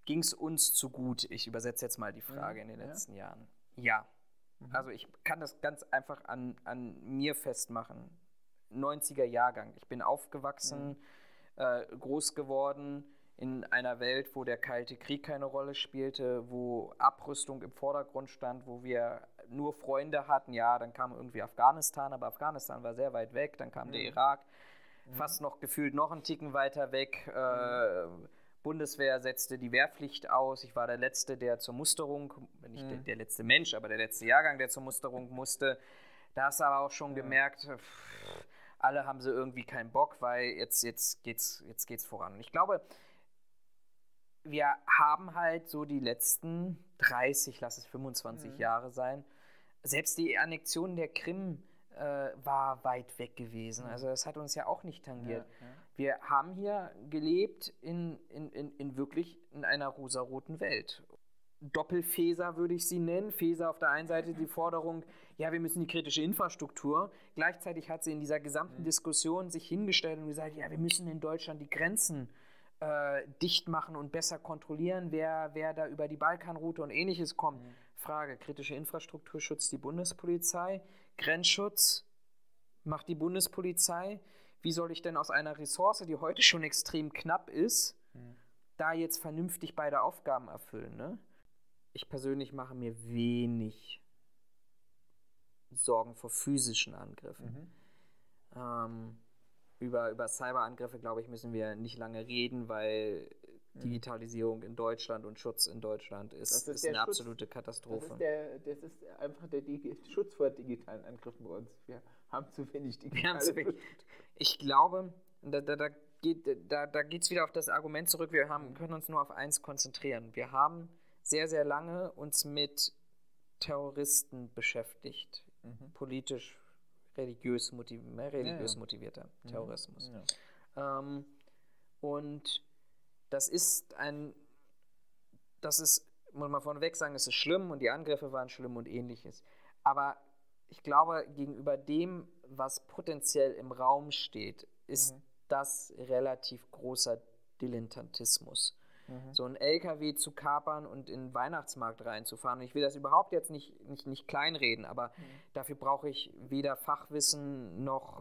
ging es uns zu gut? Ich übersetze jetzt mal die Frage in den letzten Jahren. Ja. Also ich kann das ganz einfach an mir festmachen. 90er Jahrgang. Ich bin aufgewachsen, groß geworden in einer Welt, wo der Kalte Krieg keine Rolle spielte, wo Abrüstung im Vordergrund stand, wo wir nur Freunde hatten. Ja, dann kam irgendwie Afghanistan, aber Afghanistan war sehr weit weg. Dann kam der Irak, fast noch gefühlt noch einen Ticken weiter weg. Bundeswehr setzte die Wehrpflicht aus. Ich war der Letzte, der zur Musterung, nicht der letzte Mensch, aber der letzte Jahrgang, der zur Musterung musste. Da hast du aber auch schon gemerkt, alle haben sie irgendwie keinen Bock, weil jetzt geht's voran. Und ich glaube, wir haben halt so die letzten 30, lass es 25 Jahre sein, selbst die Annexion der Krim war weit weg gewesen. Also das hat uns ja auch nicht tangiert. Wir haben hier gelebt in wirklich in einer rosaroten Welt. Doppelfeser würde ich sie nennen. Feser auf der einen Seite die Forderung, ja, wir müssen die kritische Infrastruktur. Gleichzeitig hat sie in dieser gesamten Diskussion sich hingestellt und gesagt, ja, wir müssen in Deutschland die Grenzen dicht machen und besser kontrollieren, wer da über die Balkanroute und Ähnliches kommt. Frage, kritische Infrastruktur schützt die Bundespolizei, Grenzschutz macht die Bundespolizei. Wie soll ich denn aus einer Ressource, die heute schon extrem knapp ist, da jetzt vernünftig beide Aufgaben erfüllen? Ne? Ich persönlich mache mir wenig Sorgen vor physischen Angriffen. Über Cyberangriffe, glaube ich, müssen wir nicht lange reden, weil Digitalisierung in Deutschland und Schutz in Deutschland ist eine absolute Katastrophe. Das ist einfach der Schutz vor digitalen Angriffen bei uns. Wir haben zu wenig digitale. Ich glaube, da geht es wieder auf das Argument zurück, wir können uns nur auf eins konzentrieren. Wir haben sehr, sehr lange uns mit Terroristen beschäftigt, politisch, religiös motivierter Terrorismus. Und das ist, muss man vorneweg sagen, es ist schlimm und die Angriffe waren schlimm und Ähnliches. Aber ich glaube, gegenüber dem, was potenziell im Raum steht, ist das relativ großer Dilettantismus. So ein LKW zu kapern und in den Weihnachtsmarkt reinzufahren. Und ich will das überhaupt jetzt nicht kleinreden, aber dafür brauche ich weder Fachwissen noch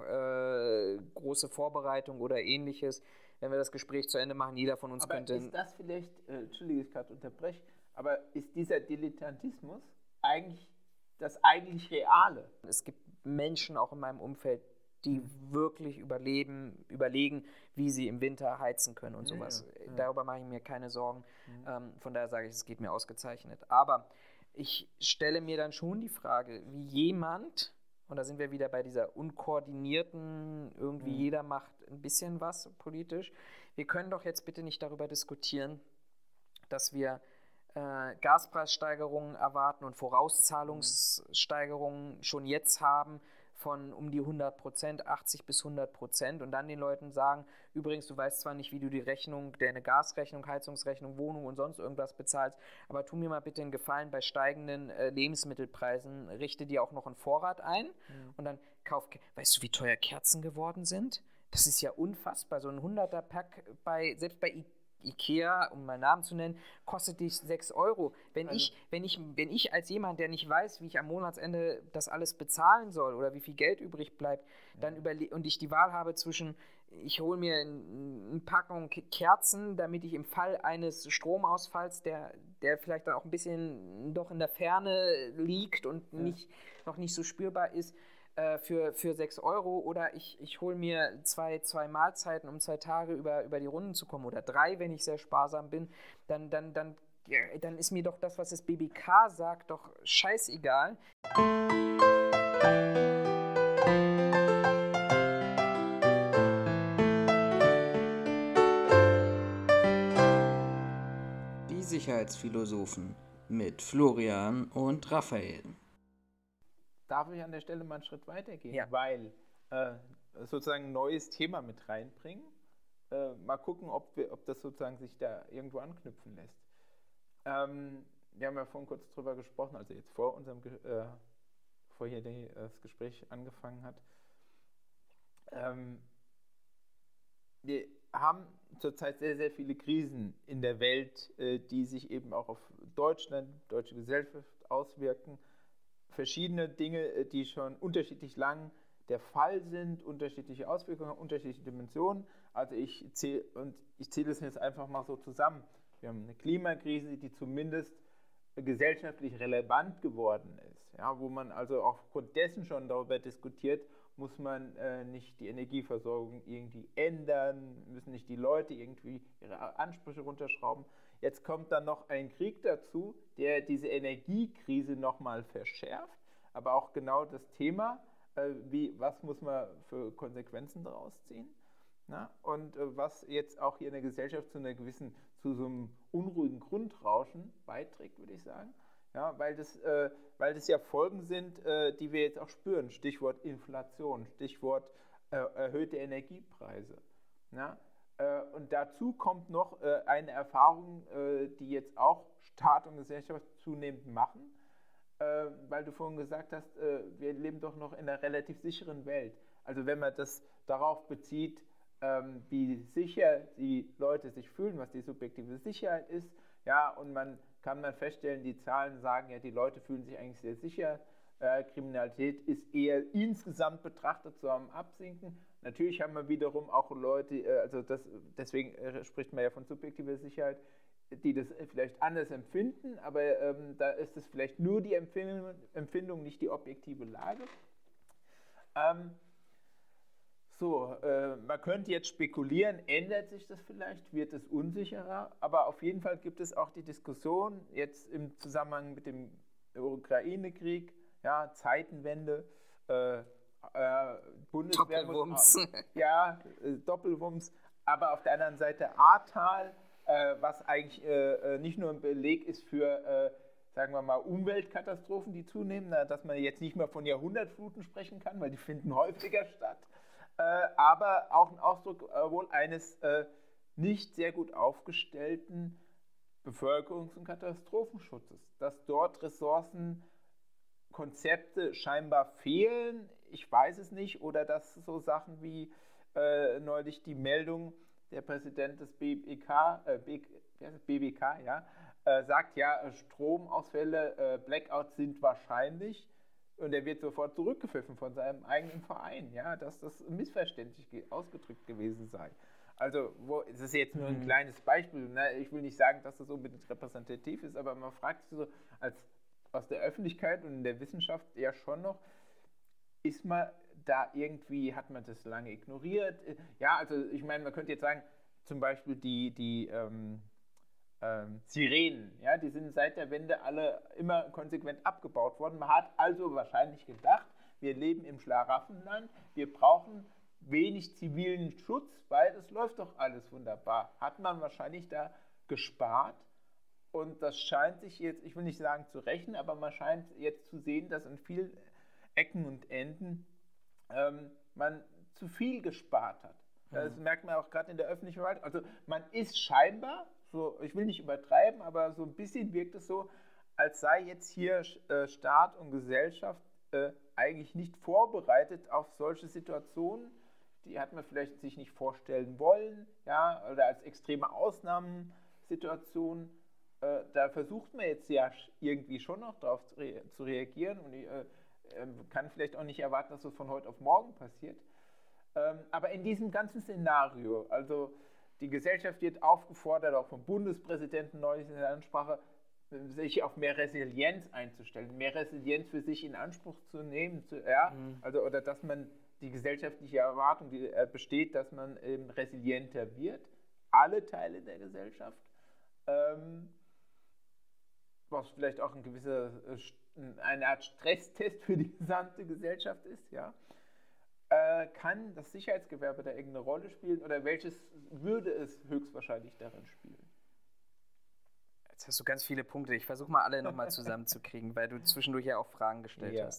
große Vorbereitung oder Ähnliches. Wenn wir das Gespräch zu Ende machen, jeder von uns aber könnte... ist das vielleicht, Entschuldige, ich gerade unterbreche, aber ist dieser Dilettantismus eigentlich das eigentlich Reale? Es gibt Menschen auch in meinem Umfeld, die wirklich überlegen, wie sie im Winter heizen können und sowas. Darüber mache ich mir keine Sorgen. Von daher sage ich, es geht mir ausgezeichnet. Aber ich stelle mir dann schon die Frage, wie jemand, und da sind wir wieder bei dieser unkoordinierten, irgendwie jeder macht ein bisschen was politisch, wir können doch jetzt bitte nicht darüber diskutieren, dass wir Gaspreissteigerungen erwarten und Vorauszahlungssteigerungen schon jetzt haben von um die 100%, 80-100% und dann den Leuten sagen, übrigens, du weißt zwar nicht, wie du die Rechnung, deine Gasrechnung, Heizungsrechnung, Wohnung und sonst irgendwas bezahlst, aber tu mir mal bitte einen Gefallen, bei steigenden Lebensmittelpreisen richte dir auch noch einen Vorrat ein und dann weißt du, wie teuer Kerzen geworden sind? Das ist ja unfassbar, so ein 100er-Pack selbst bei Ikea, um meinen Namen zu nennen, kostet dich 6 Euro. Wenn ich als jemand, der nicht weiß, wie ich am Monatsende das alles bezahlen soll oder wie viel Geld übrig bleibt, dann und ich die Wahl habe zwischen, ich hole mir eine Packung Kerzen, damit ich im Fall eines Stromausfalls, der vielleicht dann auch ein bisschen doch in der Ferne liegt und noch nicht so spürbar ist, für 6 Euro oder ich hole mir zwei Mahlzeiten, um 2 Tage über die Runden zu kommen oder 3, wenn ich sehr sparsam bin, dann ist mir doch das, was das BBK sagt, doch scheißegal. Die Sicherheitsphilosophen mit Florian und Raphael. Darf ich an der Stelle mal einen Schritt weitergehen? Ja. Weil sozusagen ein neues Thema mit reinbringen. Mal gucken, ob das sozusagen sich da irgendwo anknüpfen lässt. Wir haben ja vorhin kurz drüber gesprochen, also jetzt bevor hier das Gespräch angefangen hat. Wir haben zurzeit sehr, sehr viele Krisen in der Welt, die sich eben auch auf Deutschland, deutsche Gesellschaft auswirken. Verschiedene Dinge, die schon unterschiedlich lang der Fall sind, unterschiedliche Auswirkungen, unterschiedliche Dimensionen. Also ich zähle das jetzt einfach mal so zusammen. Wir haben eine Klimakrise, die zumindest gesellschaftlich relevant geworden ist, ja, wo man also aufgrund dessen schon darüber diskutiert, muss man nicht die Energieversorgung irgendwie ändern, müssen nicht die Leute irgendwie ihre Ansprüche runterschrauben. Jetzt kommt dann noch ein Krieg dazu, der diese Energiekrise nochmal verschärft, aber auch genau das Thema, was muss man für Konsequenzen daraus ziehen. Na? Und was jetzt auch hier in der Gesellschaft zu so einem unruhigen Grundrauschen beiträgt, würde ich sagen. Ja, weil das ja Folgen sind, die wir jetzt auch spüren. Stichwort Inflation, Stichwort erhöhte Energiepreise. Ja? Und dazu kommt noch eine Erfahrung, die jetzt auch Staat und Gesellschaft zunehmend machen, weil du vorhin gesagt hast, wir leben doch noch in einer relativ sicheren Welt. Also wenn man das darauf bezieht, wie sicher die Leute sich fühlen, was die subjektive Sicherheit ist, ja, und kann man feststellen, die Zahlen sagen ja, die Leute fühlen sich eigentlich sehr sicher. Kriminalität ist eher insgesamt betrachtet so am Absinken. Natürlich haben wir wiederum auch Leute, deswegen spricht man ja von subjektiver Sicherheit, die das vielleicht anders empfinden, aber da ist es vielleicht nur die Empfindung, nicht die objektive Lage. Man könnte jetzt spekulieren, ändert sich das vielleicht, wird es unsicherer, aber auf jeden Fall gibt es auch die Diskussion jetzt im Zusammenhang mit dem Ukraine-Krieg, ja, Zeitenwende, Bundeswehr Doppelwumms. Doppelwumms, aber auf der anderen Seite Ahrtal, was eigentlich nicht nur ein Beleg ist für, sagen wir mal, Umweltkatastrophen, die zunehmen, dass man jetzt nicht mehr von Jahrhundertfluten sprechen kann, weil die finden häufiger statt. Aber auch ein Ausdruck wohl eines nicht sehr gut aufgestellten Bevölkerungs- und Katastrophenschutzes, dass dort Ressourcenkonzepte scheinbar fehlen, ich weiß es nicht, oder dass so Sachen wie neulich die Meldung, der Präsident des BBK sagt, ja, Stromausfälle, Blackouts sind wahrscheinlich. Und er wird sofort zurückgepfiffen von seinem eigenen Verein, ja, dass das missverständlich ausgedrückt gewesen sei. Also, es ist jetzt nur ein kleines Beispiel, ne? Ich will nicht sagen, dass das unbedingt repräsentativ ist, aber man fragt sich so, aus der Öffentlichkeit und in der Wissenschaft ja schon noch, ist man da irgendwie, hat man das lange ignoriert? Ja, also ich meine, man könnte jetzt sagen, zum Beispiel die Sirenen, ja, die sind seit der Wende alle immer konsequent abgebaut worden. Man hat also wahrscheinlich gedacht, wir leben im Schlaraffenland, wir brauchen wenig zivilen Schutz, weil es läuft doch alles wunderbar. Hat man wahrscheinlich da gespart und das scheint sich jetzt, ich will nicht sagen zu rächen, aber man scheint jetzt zu sehen, dass in vielen Ecken und Enden man zu viel gespart hat. Das merkt man auch gerade in der öffentlichen Verwaltung. Also man ist scheinbar, so, ich will nicht übertreiben, aber so ein bisschen wirkt es so, als sei jetzt hier Staat und Gesellschaft eigentlich nicht vorbereitet auf solche Situationen. Die hat man vielleicht sich nicht vorstellen wollen, ja, oder als extreme Ausnahmesituation. Da versucht man jetzt ja irgendwie schon noch darauf zu reagieren und kann vielleicht auch nicht erwarten, dass das von heute auf morgen passiert. Aber in diesem ganzen Szenario, also die Gesellschaft wird aufgefordert, auch vom Bundespräsidenten neulich in der Ansprache, sich auf mehr Resilienz einzustellen, mehr Resilienz für sich in Anspruch zu nehmen, oder dass man die gesellschaftliche Erwartung besteht, dass man eben resilienter wird, alle Teile der Gesellschaft, was vielleicht auch eine Art Stresstest für die gesamte Gesellschaft ist, ja. Kann das Sicherheitsgewerbe da irgendeine Rolle spielen oder welches würde es höchstwahrscheinlich darin spielen? Jetzt hast du ganz viele Punkte. Ich versuche mal alle nochmal zusammenzukriegen, weil du zwischendurch ja auch Fragen gestellt hast.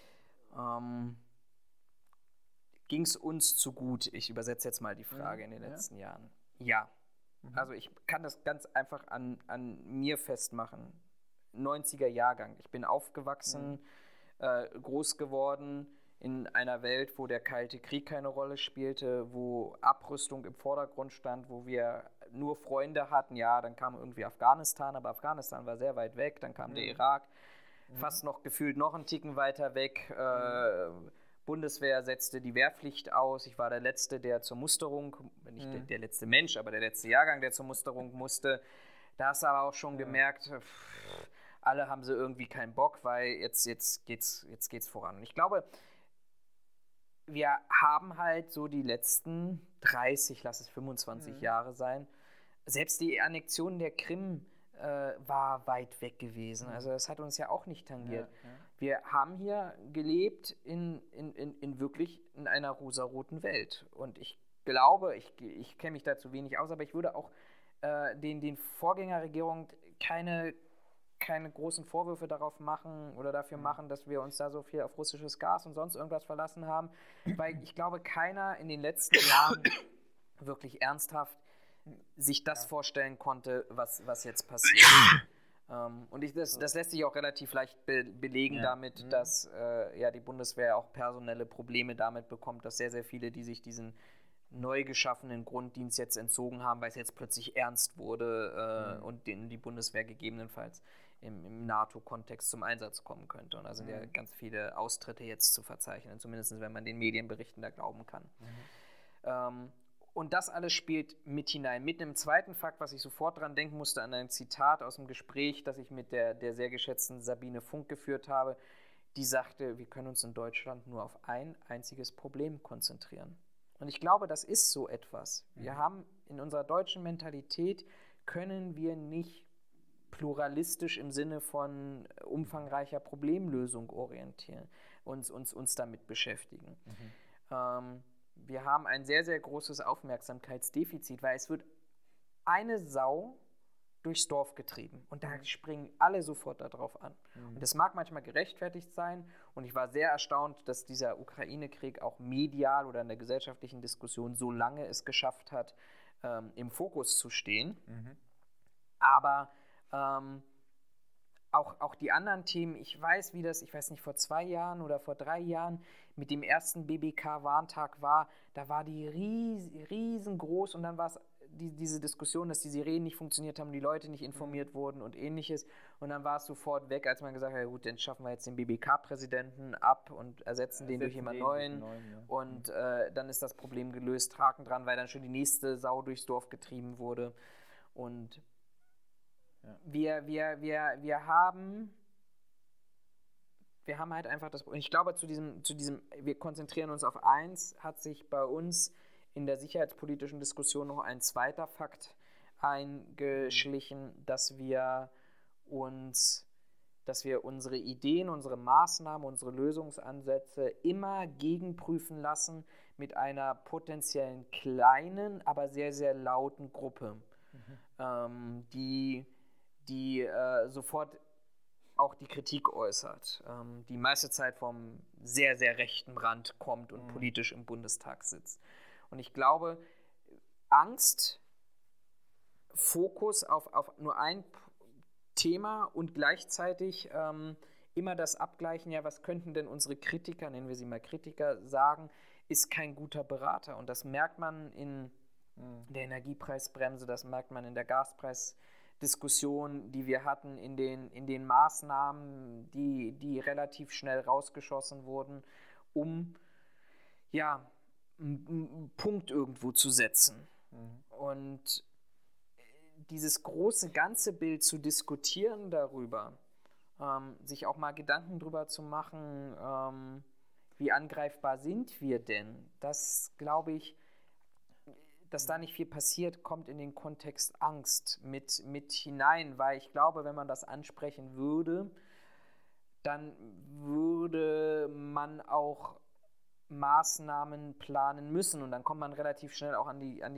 Ging es uns zu gut? Ich übersetze jetzt mal die Frage in den letzten Jahren. Ja. Also ich kann das ganz einfach an mir festmachen. 90er Jahrgang. Ich bin aufgewachsen, groß geworden in einer Welt, wo der Kalte Krieg keine Rolle spielte, wo Abrüstung im Vordergrund stand, wo wir nur Freunde hatten. Ja, dann kam irgendwie Afghanistan, aber Afghanistan war sehr weit weg. Dann kam der Irak, fast noch gefühlt noch einen Ticken weiter weg. Bundeswehr setzte die Wehrpflicht aus. Ich war der Letzte, der zur Musterung, nicht der letzte Mensch, aber der letzte Jahrgang, der zur Musterung musste. Da hast du aber auch schon gemerkt, alle haben sie irgendwie keinen Bock, weil jetzt geht's voran. Und ich glaube, wir haben halt so die letzten 30, lass es 25 Jahre sein, selbst die Annexion der Krim war weit weg gewesen. Also das hat uns ja auch nicht tangiert. Ja. Wir haben hier gelebt in wirklich in einer rosaroten Welt. Und ich glaube, ich kenne mich dazu wenig aus, aber ich würde auch den Vorgängerregierungen keine großen Vorwürfe darauf machen oder dafür machen, dass wir uns da so viel auf russisches Gas und sonst irgendwas verlassen haben, weil ich glaube, keiner in den letzten Jahren wirklich ernsthaft sich das vorstellen konnte, was jetzt passiert. Und das lässt sich auch relativ leicht belegen damit, dass die Bundeswehr auch personelle Probleme damit bekommt, dass sehr, sehr viele, die sich diesen neu geschaffenen Grunddienst jetzt entzogen haben, weil es jetzt plötzlich ernst wurde und denen die Bundeswehr gegebenenfalls im NATO-Kontext zum Einsatz kommen könnte. Und da sind ja ganz viele Austritte jetzt zu verzeichnen, zumindest wenn man den Medienberichten da glauben kann. Und das alles spielt mit hinein. Mit einem zweiten Fakt, was ich sofort dran denken musste, an ein Zitat aus dem Gespräch, das ich mit der sehr geschätzten Sabine Funk geführt habe, die sagte, wir können uns in Deutschland nur auf ein einziges Problem konzentrieren. Und ich glaube, das ist so etwas. Wir haben in unserer deutschen Mentalität, können wir nicht pluralistisch im Sinne von umfangreicher Problemlösung orientieren, uns damit beschäftigen. Wir haben ein sehr, sehr großes Aufmerksamkeitsdefizit, weil es wird eine Sau durchs Dorf getrieben und da springen alle sofort darauf an. Und das mag manchmal gerechtfertigt sein und ich war sehr erstaunt, dass dieser Ukraine-Krieg auch medial oder in der gesellschaftlichen Diskussion so lange es geschafft hat, im Fokus zu stehen. Aber auch die anderen Themen, ich weiß nicht, vor 2 Jahren oder vor 3 Jahren mit dem ersten BBK-Warntag war, da war die riesengroß und dann war es diese Diskussion, dass die Sirenen nicht funktioniert haben, die Leute nicht informiert wurden und ähnliches und dann war es sofort weg, als man gesagt hat, ja gut, dann schaffen wir jetzt den BBK-Präsidenten ab und ersetzen den durch jemand Neuen und dann ist das Problem gelöst, Haken dran, weil dann schon die nächste Sau durchs Dorf getrieben wurde und wir haben halt einfach das, und ich glaube, zu diesem, wir konzentrieren uns auf eins, hat sich bei uns in der sicherheitspolitischen Diskussion noch ein zweiter Fakt eingeschlichen, dass wir unsere Ideen, unsere Maßnahmen, unsere Lösungsansätze immer gegenprüfen lassen mit einer potenziellen kleinen, aber sehr, sehr lauten Gruppe, die sofort auch die Kritik äußert, die meiste Zeit vom sehr, sehr rechten Rand kommt und politisch im Bundestag sitzt. Und ich glaube, Angst, Fokus auf nur ein Thema und gleichzeitig immer das Abgleichen, ja, was könnten denn unsere Kritiker, nennen wir sie mal Kritiker, sagen, ist kein guter Berater. Und das merkt man in der Energiepreisbremse, das merkt man in der Gaspreisdiskussion, die wir hatten, in den Maßnahmen, die relativ schnell rausgeschossen wurden, um einen Punkt irgendwo zu setzen. Und dieses große ganze Bild zu diskutieren darüber, sich auch mal Gedanken darüber zu machen, wie angreifbar sind wir denn? Das glaube ich, dass da nicht viel passiert, kommt in den Kontext Angst mit hinein, weil ich glaube, wenn man das ansprechen würde, dann würde man auch Maßnahmen planen müssen und dann kommt man relativ schnell auch an die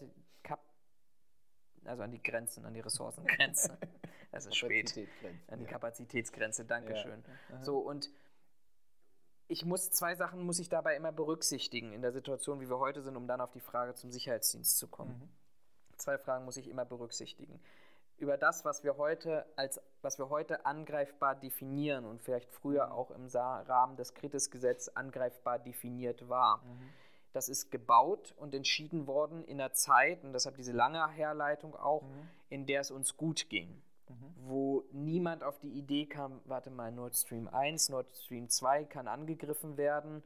Grenzen, an die Ressourcengrenze. Das ist spät. An die Kapazitätsgrenze, Dankeschön. Ja. So, und 2 Sachen muss ich dabei immer berücksichtigen in der Situation, wie wir heute sind, um dann auf die Frage zum Sicherheitsdienst zu kommen. 2 Fragen muss ich immer berücksichtigen. über das, was wir heute angreifbar definieren und vielleicht früher auch im Rahmen des Kritis-Gesetzes angreifbar definiert war. Das ist gebaut und entschieden worden in einer Zeit, und deshalb diese lange Herleitung auch, in der es uns gut ging. Wo niemand auf die Idee kam, warte mal, Nord Stream 1, Nord Stream 2 kann angegriffen werden.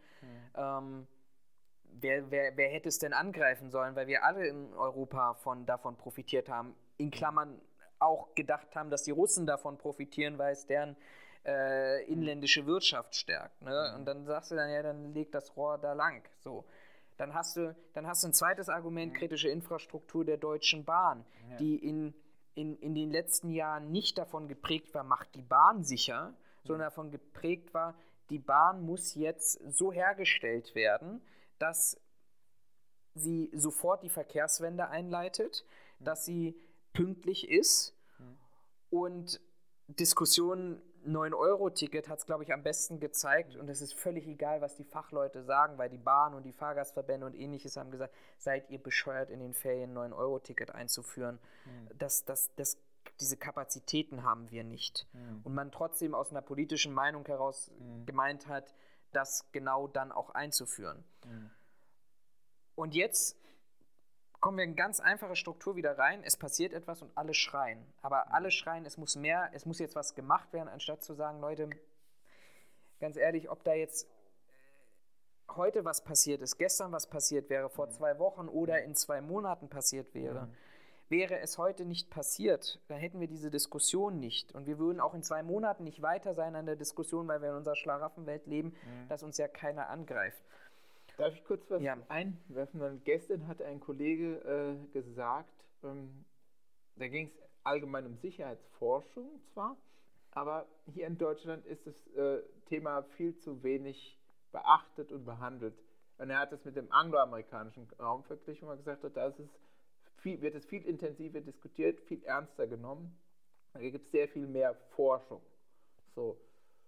Wer hätte es denn angreifen sollen, weil wir alle in Europa davon profitiert haben, in Klammern auch gedacht haben, dass die Russen davon profitieren, weil es deren inländische Wirtschaft stärkt. Ne? Und dann sagst du dann, ja, dann leg das Rohr da lang. So. Dann hast du ein zweites Argument, kritische Infrastruktur der Deutschen Bahn, die in den letzten Jahren nicht davon geprägt war, macht die Bahn sicher, sondern davon geprägt war, die Bahn muss jetzt so hergestellt werden, dass sie sofort die Verkehrswende einleitet, dass sie pünktlich ist und Diskussionen 9-Euro-Ticket hat es, glaube ich, am besten gezeigt und es ist völlig egal, was die Fachleute sagen, weil die Bahn und die Fahrgastverbände und Ähnliches haben gesagt, seid ihr bescheuert, in den Ferien 9-Euro-Ticket einzuführen. Diese Kapazitäten haben wir nicht. Und man trotzdem aus einer politischen Meinung heraus gemeint hat, das genau dann auch einzuführen. Und jetzt kommen wir in eine ganz einfache Struktur wieder rein, es passiert etwas und alle schreien. Aber alle schreien, es muss jetzt was gemacht werden, anstatt zu sagen, Leute, ganz ehrlich, ob da jetzt heute was passiert ist, gestern was passiert wäre, vor 2 Wochen oder in 2 Monaten passiert wäre, wäre es heute nicht passiert, dann hätten wir diese Diskussion nicht. Und wir würden auch in 2 Monaten nicht weiter sein an der Diskussion, weil wir in unserer Schlaraffenwelt leben, dass uns ja keiner angreift. Darf ich kurz was einwerfen? Gestern hat ein Kollege gesagt, da ging es allgemein um Sicherheitsforschung zwar, aber hier in Deutschland ist das Thema viel zu wenig beachtet und behandelt. Und er hat es mit dem angloamerikanischen Raum verglichen, wo er gesagt hat, wird es viel intensiver diskutiert, viel ernster genommen. Da gibt es sehr viel mehr Forschung. So,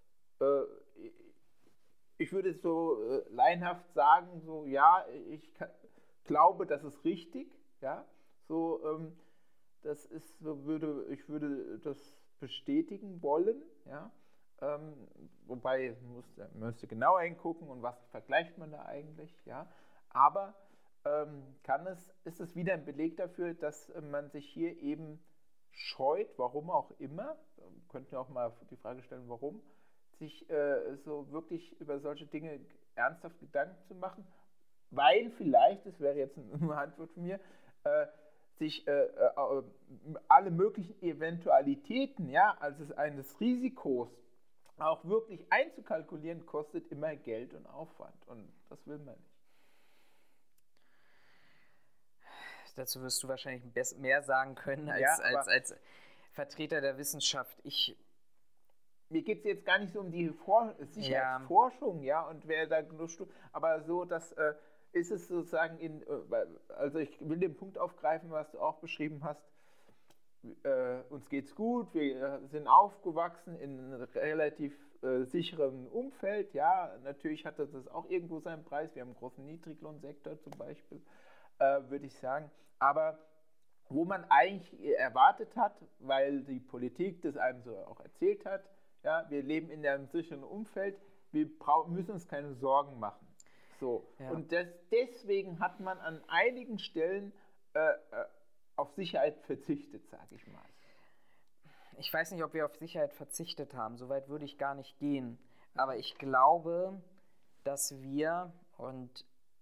ich würde so laienhaft sagen, so ja, ich glaube, das ist richtig, ja, so das ist so ich würde das bestätigen wollen, ja, wobei man müsste genauer hingucken und was vergleicht man da eigentlich, ja, aber ist es wieder ein Beleg dafür, dass man sich hier eben scheut, warum auch immer, könnten wir auch mal die Frage stellen, warum, sich so wirklich über solche Dinge ernsthaft Gedanken zu machen, weil vielleicht, das wäre jetzt eine Antwort von mir, sich alle möglichen Eventualitäten, ja, also eines Risikos auch wirklich einzukalkulieren, kostet immer Geld und Aufwand und das will man nicht. Dazu wirst du wahrscheinlich mehr sagen können als Vertreter der Wissenschaft. Mir geht es jetzt gar nicht so um die Sicherheitsforschung, ja, und wer da genug aber so, dass ist es sozusagen also ich will den Punkt aufgreifen, was du auch beschrieben hast, uns geht's gut, wir sind aufgewachsen in einem relativ sicheren Umfeld, ja, natürlich hat das auch irgendwo seinen Preis, wir haben einen großen Niedriglohnsektor zum Beispiel, würde ich sagen, aber wo man eigentlich erwartet hat, weil die Politik das einem so auch erzählt hat, ja, wir leben in einem sicheren Umfeld, wir müssen uns keine Sorgen machen. So. Ja. Und deswegen hat man an einigen Stellen auf Sicherheit verzichtet, sage ich mal. Ich weiß nicht, ob wir auf Sicherheit verzichtet haben, so weit würde ich gar nicht gehen. Aber ich glaube, dass wir, und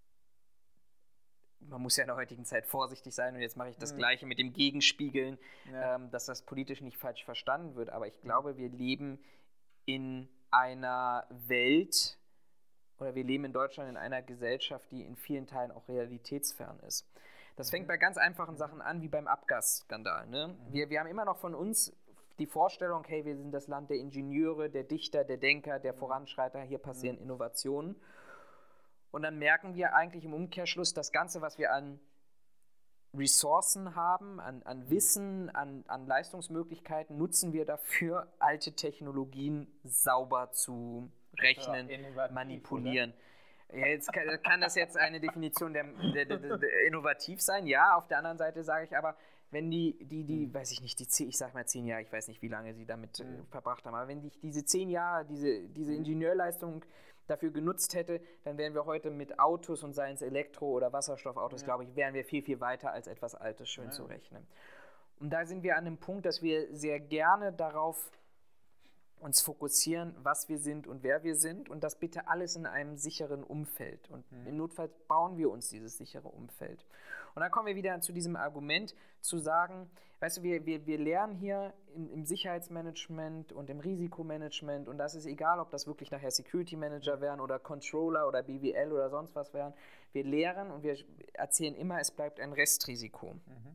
man muss ja in der heutigen Zeit vorsichtig sein und jetzt mache ich das Gleiche mit dem Gegenspiegeln, dass das politisch nicht falsch verstanden wird, aber ich glaube, wir leben in einer Welt oder wir leben in Deutschland in einer Gesellschaft, die in vielen Teilen auch realitätsfern ist. Das fängt bei ganz einfachen Sachen an, wie beim Abgasskandal. Ne? Wir haben immer noch von uns die Vorstellung, hey, wir sind das Land der Ingenieure, der Dichter, der Denker, der Voranschreiter, hier passieren Innovationen. Und dann merken wir eigentlich im Umkehrschluss, das Ganze, was wir an Ressourcen haben, an Wissen, an Leistungsmöglichkeiten, nutzen wir dafür, alte Technologien sauber zu rechnen, manipulieren. Ja, jetzt kann das jetzt eine Definition der innovativ sein, ja, auf der anderen Seite sage ich aber, wenn weiß ich nicht, ich sag mal 10 Jahre, ich weiß nicht, wie lange sie damit verbracht haben, aber wenn ich diese 10 Jahre, diese Ingenieurleistung dafür genutzt hätte, dann wären wir heute mit Autos und seien es Elektro- oder Wasserstoffautos, glaube ich, wären wir viel, viel weiter als etwas Altes schön zu rechnen. Und da sind wir an dem Punkt, dass wir sehr gerne darauf uns fokussieren, was wir sind und wer wir sind und das bitte alles in einem sicheren Umfeld. Und im Notfall bauen wir uns dieses sichere Umfeld. Und dann kommen wir wieder zu diesem Argument, zu sagen, weißt du, wir lernen hier im Sicherheitsmanagement und im Risikomanagement und das ist egal, ob das wirklich nachher Security Manager wären oder Controller oder BWL oder sonst was wären. Wir lehren und wir erzählen immer, es bleibt ein Restrisiko.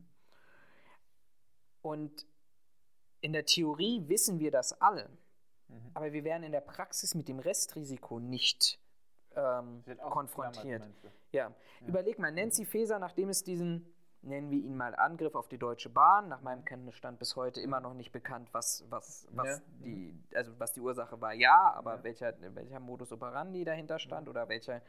Und in der Theorie wissen wir das alle. Aber wir werden in der Praxis mit dem Restrisiko nicht konfrontiert. Ja. Überleg mal, Nancy Faeser, nachdem es diesen, nennen wir ihn mal, Angriff auf die Deutsche Bahn, nach meinem Kenntnisstand bis heute immer noch nicht bekannt, was die Ursache war, aber welcher Modus operandi dahinter stand oder welche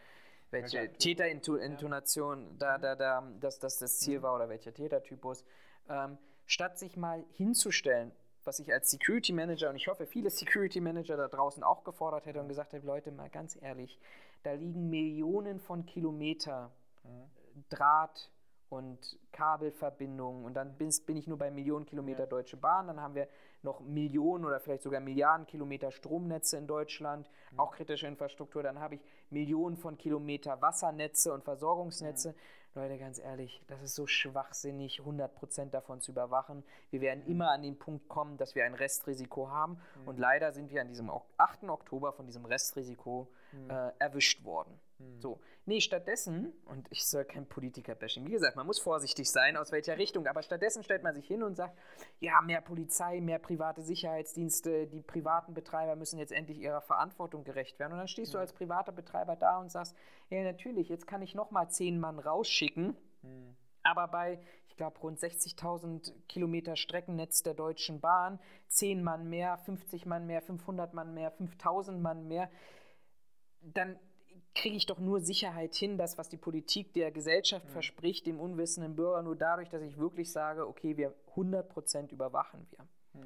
Täterintonation das Ziel war oder welcher Tätertypus, statt sich mal hinzustellen, was ich als Security Manager, und ich hoffe, viele Security Manager da draußen auch gefordert hätte und gesagt hätte, Leute, mal ganz ehrlich, da liegen Millionen von Kilometer Draht und Kabelverbindungen und dann bin ich nur bei Millionen Kilometer Deutsche Bahn, dann haben wir noch Millionen oder vielleicht sogar Milliarden Kilometer Stromnetze in Deutschland, auch kritische Infrastruktur, dann habe ich Millionen von Kilometer Wassernetze und Versorgungsnetze. Leute, ganz ehrlich, das ist so schwachsinnig, 100% davon zu überwachen. Wir werden immer an den Punkt kommen, dass wir ein Restrisiko haben und leider sind wir an diesem 8. Oktober von diesem Restrisiko erwischt worden. So. Nee, stattdessen, und ich soll kein Politiker-Bashing, wie gesagt, man muss vorsichtig sein, aus welcher Richtung, aber stattdessen stellt man sich hin und sagt, ja, mehr Polizei, mehr private Sicherheitsdienste, die privaten Betreiber müssen jetzt endlich ihrer Verantwortung gerecht werden. Und dann stehst du als privater Betreiber da und sagst, ja, natürlich, jetzt kann ich nochmal 10 Mann rausschicken, aber bei, ich glaube, rund 60.000 Kilometer Streckennetz der Deutschen Bahn, 10 Mann mehr, 50 Mann mehr, 500 Mann mehr, 5.000 Mann mehr, dann kriege ich doch nur Sicherheit hin, das, was die Politik der Gesellschaft verspricht, dem unwissenden Bürger, nur dadurch, dass ich wirklich sage, okay, wir 100% überwachen wir.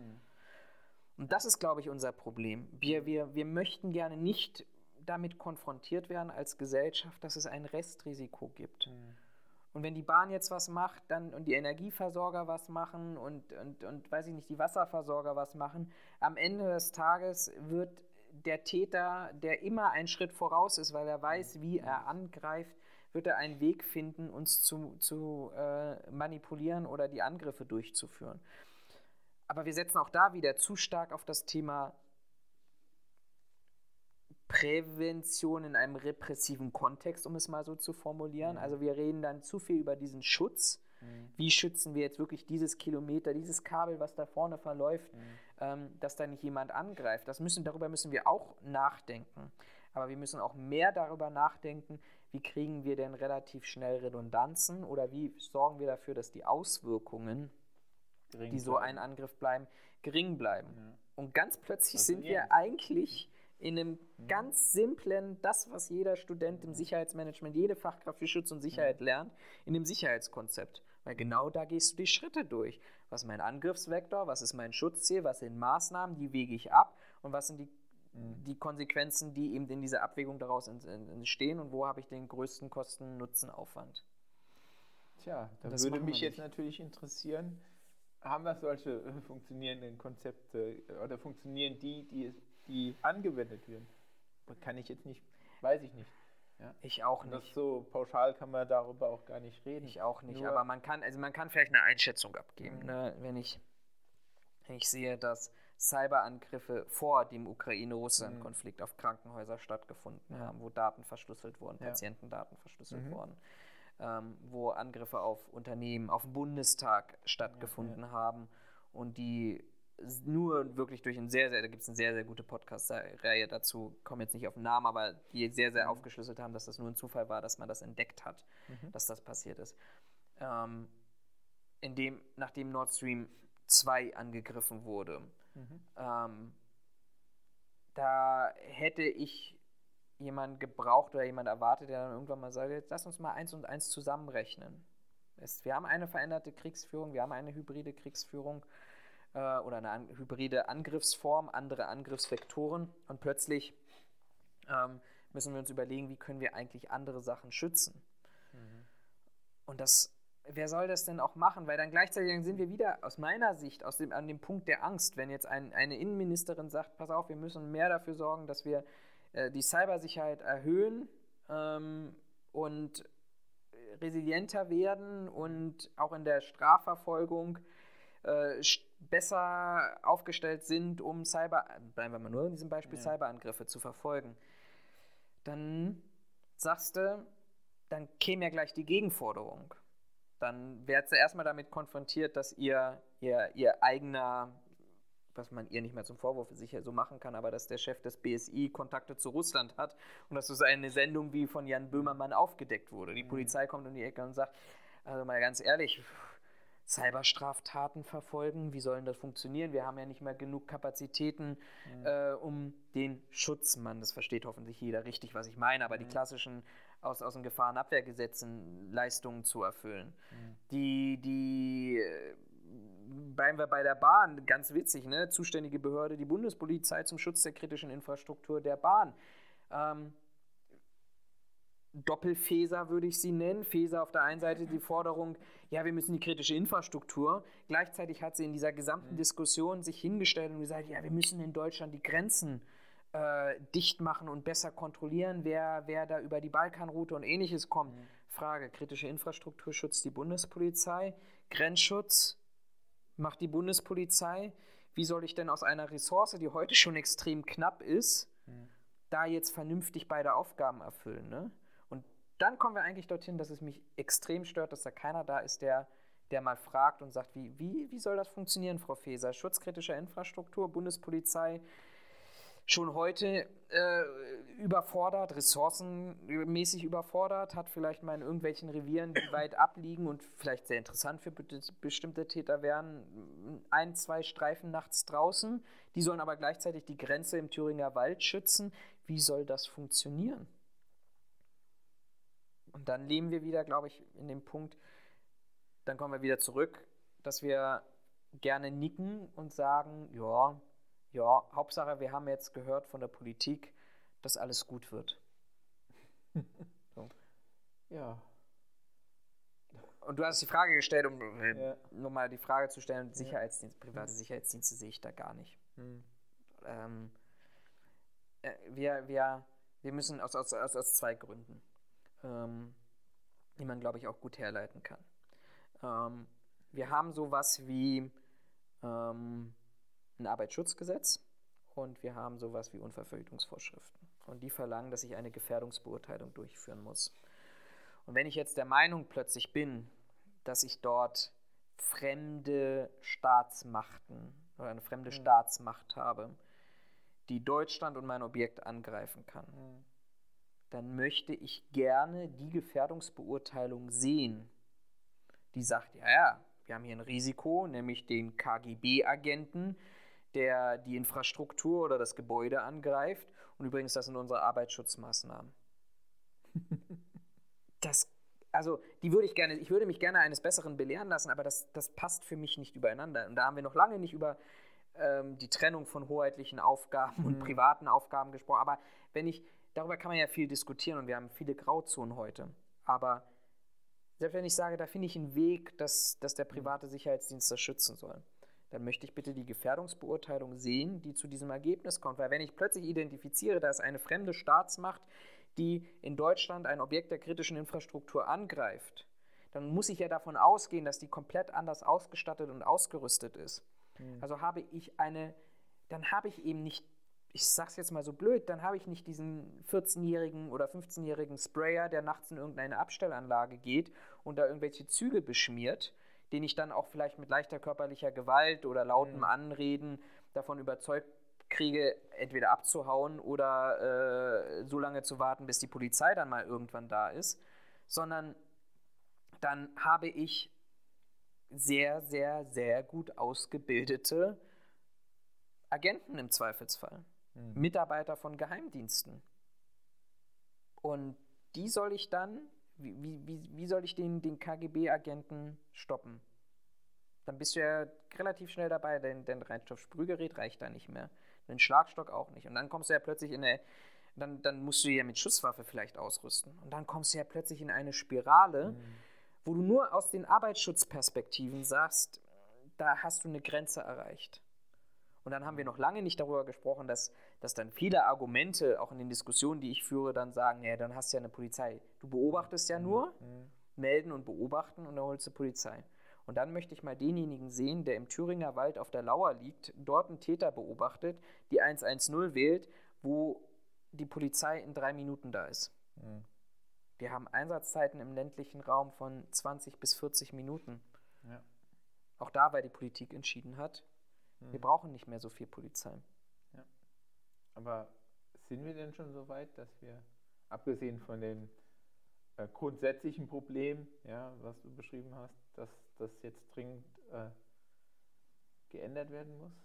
Und das ist, glaube ich, unser Problem. Wir möchten gerne nicht damit konfrontiert werden als Gesellschaft, dass es ein Restrisiko gibt. Und wenn die Bahn jetzt was macht, dann und die Energieversorger was machen und weiß ich nicht, die Wasserversorger was machen, am Ende des Tages wird der Täter, der immer einen Schritt voraus ist, weil er weiß, wie er angreift, wird er einen Weg finden, uns zu manipulieren oder die Angriffe durchzuführen. Aber wir setzen auch da wieder zu stark auf das Thema Prävention in einem repressiven Kontext, um es mal so zu formulieren. Also wir reden dann zu viel über diesen Schutz. Wie schützen wir jetzt wirklich dieses Kilometer, dieses Kabel, was da vorne verläuft, dass da nicht jemand angreift? Darüber müssen wir auch nachdenken. Aber wir müssen auch mehr darüber nachdenken, wie kriegen wir denn relativ schnell Redundanzen oder wie sorgen wir dafür, dass die Auswirkungen, die so ein Angriff bleiben, gering bleiben. Und ganz plötzlich sind wir eigentlich in einem ganz simplen, das, was jeder Student im Sicherheitsmanagement, jede Fachkraft für Schutz und Sicherheit lernt, in dem Sicherheitskonzept. Weil genau da gehst du die Schritte durch. Was ist mein Angriffsvektor, was ist mein Schutzziel, was sind Maßnahmen, die wege ich ab und was sind die Konsequenzen, die eben in dieser Abwägung daraus entstehen und wo habe ich den größten Kosten-Nutzen-Aufwand. Tja, da würde mich jetzt natürlich interessieren, haben wir solche funktionierenden Konzepte oder funktionieren die angewendet werden? Kann ich jetzt nicht, weiß ich nicht. Ja? Ich auch nicht. Das so pauschal kann man darüber auch gar nicht reden. Ich auch nicht, aber man kann vielleicht eine Einschätzung abgeben, ne? Wenn ich sehe, dass Cyberangriffe vor dem Ukraine-Russland-Konflikt auf Krankenhäuser stattgefunden haben, wo Daten verschlüsselt wurden, Patientendaten verschlüsselt wurden, wo Angriffe auf Unternehmen, auf den Bundestag stattgefunden haben und die nur wirklich durch da gibt es eine sehr, sehr gute Podcast-Reihe dazu, komme jetzt nicht auf den Namen, aber die sehr, sehr aufgeschlüsselt haben, dass das nur ein Zufall war, dass man das entdeckt hat, dass das passiert ist. Nachdem Nord Stream 2 angegriffen wurde, da hätte ich jemanden gebraucht oder jemanden erwartet, der dann irgendwann mal sagt, jetzt lass uns mal 1 und 1 zusammenrechnen. Wir haben eine veränderte Kriegsführung, wir haben eine hybride Kriegsführung oder eine hybride Angriffsform, andere Angriffsvektoren und plötzlich müssen wir uns überlegen, wie können wir eigentlich andere Sachen schützen. Und wer soll das denn auch machen? Weil dann gleichzeitig sind wir wieder aus meiner Sicht an dem Punkt der Angst, wenn jetzt eine Innenministerin sagt, pass auf, wir müssen mehr dafür sorgen, dass wir die Cybersicherheit erhöhen und resilienter werden und auch in der Strafverfolgung besser aufgestellt sind, um bleiben wir mal nur in diesem Beispiel, Cyberangriffe zu verfolgen. Dann sagst du, dann käme ja gleich die Gegenforderung. Dann werdet ihr erstmal damit konfrontiert, dass ihr eigener, was man ihr nicht mehr zum Vorwurf sicher so machen kann, aber dass der Chef des BSI Kontakte zu Russland hat und dass so eine Sendung wie von Jan Böhmermann aufgedeckt wurde. Die Polizei kommt um die Ecke und sagt, also mal ganz ehrlich, Cyberstraftaten verfolgen, wie soll denn das funktionieren? Wir haben ja nicht mehr genug Kapazitäten, um den Schutzmann, das versteht hoffentlich jeder richtig, was ich meine, aber die klassischen aus den Gefahrenabwehrgesetzen Leistungen zu erfüllen. Bleiben wir bei der Bahn, ganz witzig, ne? Zuständige Behörde, die Bundespolizei zum Schutz der kritischen Infrastruktur der Bahn. Doppelfeser würde ich sie nennen. Feser auf der einen Seite die Forderung, ja, wir müssen die kritische Infrastruktur. Gleichzeitig hat sie in dieser gesamten Diskussion sich hingestellt und gesagt, ja, wir müssen in Deutschland die Grenzen dicht machen und besser kontrollieren, wer da über die Balkanroute und Ähnliches kommt. Frage, kritische Infrastruktur schützt die Bundespolizei, Grenzschutz macht die Bundespolizei. Wie soll ich denn aus einer Ressource, die heute schon extrem knapp ist, da jetzt vernünftig beide Aufgaben erfüllen, ne? Und dann kommen wir eigentlich dorthin, dass es mich extrem stört, dass da keiner da ist, der mal fragt und sagt, wie soll das funktionieren, Frau Faeser? Schutz kritischer Infrastruktur, Bundespolizei, schon heute überfordert, ressourcenmäßig überfordert, hat vielleicht mal in irgendwelchen Revieren, die weit abliegen und vielleicht sehr interessant für bestimmte Täter wären, 1, 2 Streifen nachts draußen. Die sollen aber gleichzeitig die Grenze im Thüringer Wald schützen. Wie soll das funktionieren? Und dann leben wir wieder, glaube ich, in dem Punkt, dann kommen wir wieder zurück, dass wir gerne nicken und sagen, ja, Hauptsache, wir haben jetzt gehört von der Politik, dass alles gut wird. So. Ja. Und du hast die Frage gestellt, um nochmal die Frage zu stellen, Sicherheitsdienst, private Sicherheitsdienste sehe ich da gar nicht. Wir müssen aus 2 Gründen, die man, glaube ich, auch gut herleiten kann. Wir haben sowas wie ein Arbeitsschutzgesetz und wir haben sowas wie Unverfügungsvorschriften. Und die verlangen, dass ich eine Gefährdungsbeurteilung durchführen muss. Und wenn ich jetzt der Meinung plötzlich bin, dass ich dort fremde Staatsmachten oder eine fremde Staatsmacht habe, die Deutschland und mein Objekt angreifen kann, dann möchte ich gerne die Gefährdungsbeurteilung sehen, die sagt, ja, wir haben hier ein Risiko, nämlich den KGB-Agenten, der die Infrastruktur oder das Gebäude angreift. Und übrigens, das sind unsere Arbeitsschutzmaßnahmen. Ich würde mich gerne eines Besseren belehren lassen, aber das passt für mich nicht übereinander. Und da haben wir noch lange nicht über die Trennung von hoheitlichen Aufgaben und privaten Aufgaben gesprochen. Aber darüber kann man ja viel diskutieren und wir haben viele Grauzonen heute. Aber selbst wenn ich sage, da finde ich einen Weg, dass der private Sicherheitsdienst das schützen soll, dann möchte ich bitte die Gefährdungsbeurteilung sehen, die zu diesem Ergebnis kommt. Weil wenn ich plötzlich identifiziere, da ist eine fremde Staatsmacht, die in Deutschland ein Objekt der kritischen Infrastruktur angreift, dann muss ich ja davon ausgehen, dass die komplett anders ausgestattet und ausgerüstet ist. Also habe ich eben nicht, ich sag's jetzt mal so blöd, dann habe ich nicht diesen 14-jährigen oder 15-jährigen Sprayer, der nachts in irgendeine Abstellanlage geht und da irgendwelche Züge beschmiert, den ich dann auch vielleicht mit leichter körperlicher Gewalt oder lautem Anreden davon überzeugt kriege, entweder abzuhauen oder so lange zu warten, bis die Polizei dann mal irgendwann da ist, sondern dann habe ich sehr, sehr, sehr gut ausgebildete Agenten im Zweifelsfall, Mitarbeiter von Geheimdiensten. Und die soll ich dann, Wie soll ich den KGB-Agenten stoppen? Dann bist du ja relativ schnell dabei, denn Reinstoffsprühgerät reicht da nicht mehr. Den Schlagstock auch nicht. Und dann kommst du ja plötzlich dann musst du ja mit Schusswaffe vielleicht ausrüsten. Und dann kommst du ja plötzlich in eine Spirale, wo du nur aus den Arbeitsschutzperspektiven sagst, da hast du eine Grenze erreicht. Und dann haben wir noch lange nicht darüber gesprochen, dass dann viele Argumente, auch in den Diskussionen, die ich führe, dann sagen, ja, dann hast du ja eine Polizei. Du beobachtest ja nur, melden und beobachten und dann holst du Polizei. Und dann möchte ich mal denjenigen sehen, der im Thüringer Wald auf der Lauer liegt, dort einen Täter beobachtet, die 110 wählt, wo die Polizei in 3 Minuten da ist. Wir haben Einsatzzeiten im ländlichen Raum von 20 bis 40 Minuten. Ja. Auch da, weil die Politik entschieden hat, wir brauchen nicht mehr so viel Polizei. Ja. Aber sind wir denn schon so weit, dass wir, abgesehen von dem grundsätzlichen Problem, ja, was du beschrieben hast, dass das jetzt dringend geändert werden muss?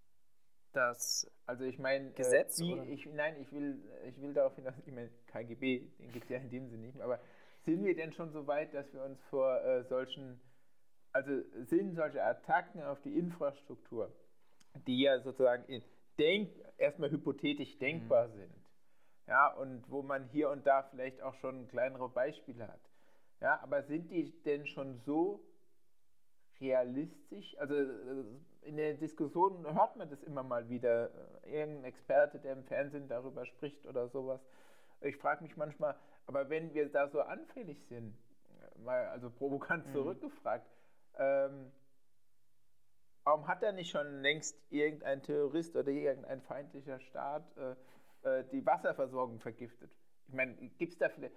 Also ich meine, Gesetz? Ich will darauf hinaus, ich meine, KGB, den gibt es ja in dem Sinne nicht mehr, aber sind wir denn schon so weit, dass wir uns vor sind solche Attacken auf die Infrastruktur, die ja sozusagen erstmal hypothetisch denkbar sind, ja, und wo man hier und da vielleicht auch schon kleinere Beispiele hat, ja, aber sind die denn schon so realistisch? Also in der Diskussion hört man das immer mal wieder, irgendein Experte, der im Fernsehen darüber spricht oder sowas. Ich frage mich manchmal, aber wenn wir da so anfällig sind, mal also provokant zurückgefragt, warum hat da nicht schon längst irgendein Terrorist oder irgendein feindlicher Staat die Wasserversorgung vergiftet? Ich meine, gibt es da vielleicht,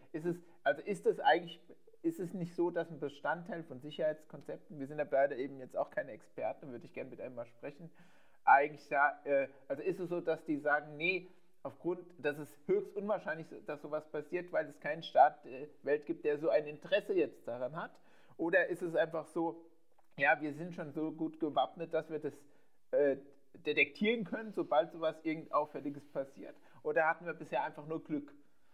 ist es nicht so, dass ein Bestandteil von Sicherheitskonzepten, wir sind ja beide eben jetzt auch keine Experten, würde ich gerne mit einem mal sprechen, also ist es so, dass die sagen, nee, dass es höchst unwahrscheinlich ist, dass sowas passiert, weil es keinen Staat der Welt gibt, der so ein Interesse jetzt daran hat? Oder ist es einfach so, ja, wir sind schon so gut gewappnet, dass wir das detektieren können, sobald sowas irgend Auffälliges passiert? Oder hatten wir bisher einfach nur Glück?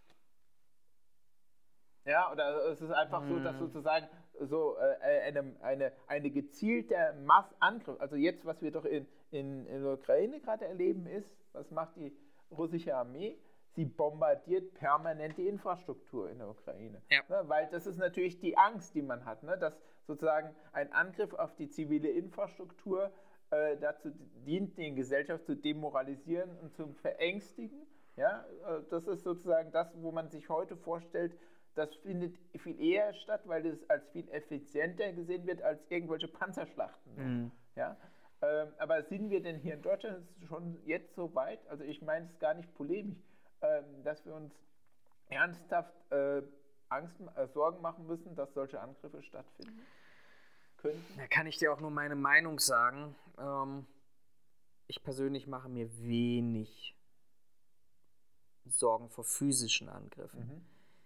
Ja, oder ist es einfach so, dass sozusagen so eine gezielte Massangriff, also jetzt, was wir doch in der Ukraine gerade erleben, ist, was macht die russische Armee? Sie bombardiert permanent die Infrastruktur in der Ukraine. Ja. Ne, weil das ist natürlich die Angst, die man hat, ne, dass sozusagen ein Angriff auf die zivile Infrastruktur dazu dient, die Gesellschaft zu demoralisieren und zu verängstigen. Ja, das ist sozusagen das, wo man sich heute vorstellt, das findet viel eher statt, weil das als viel effizienter gesehen wird als irgendwelche Panzerschlachten. Ja? Aber sind wir denn hier in Deutschland schon jetzt so weit, also ich meine es gar nicht polemisch, dass wir uns ernsthaft Sorgen machen müssen, dass solche Angriffe stattfinden könnten? Da kann ich dir auch nur meine Meinung sagen. Ich persönlich mache mir wenig Sorgen vor physischen Angriffen.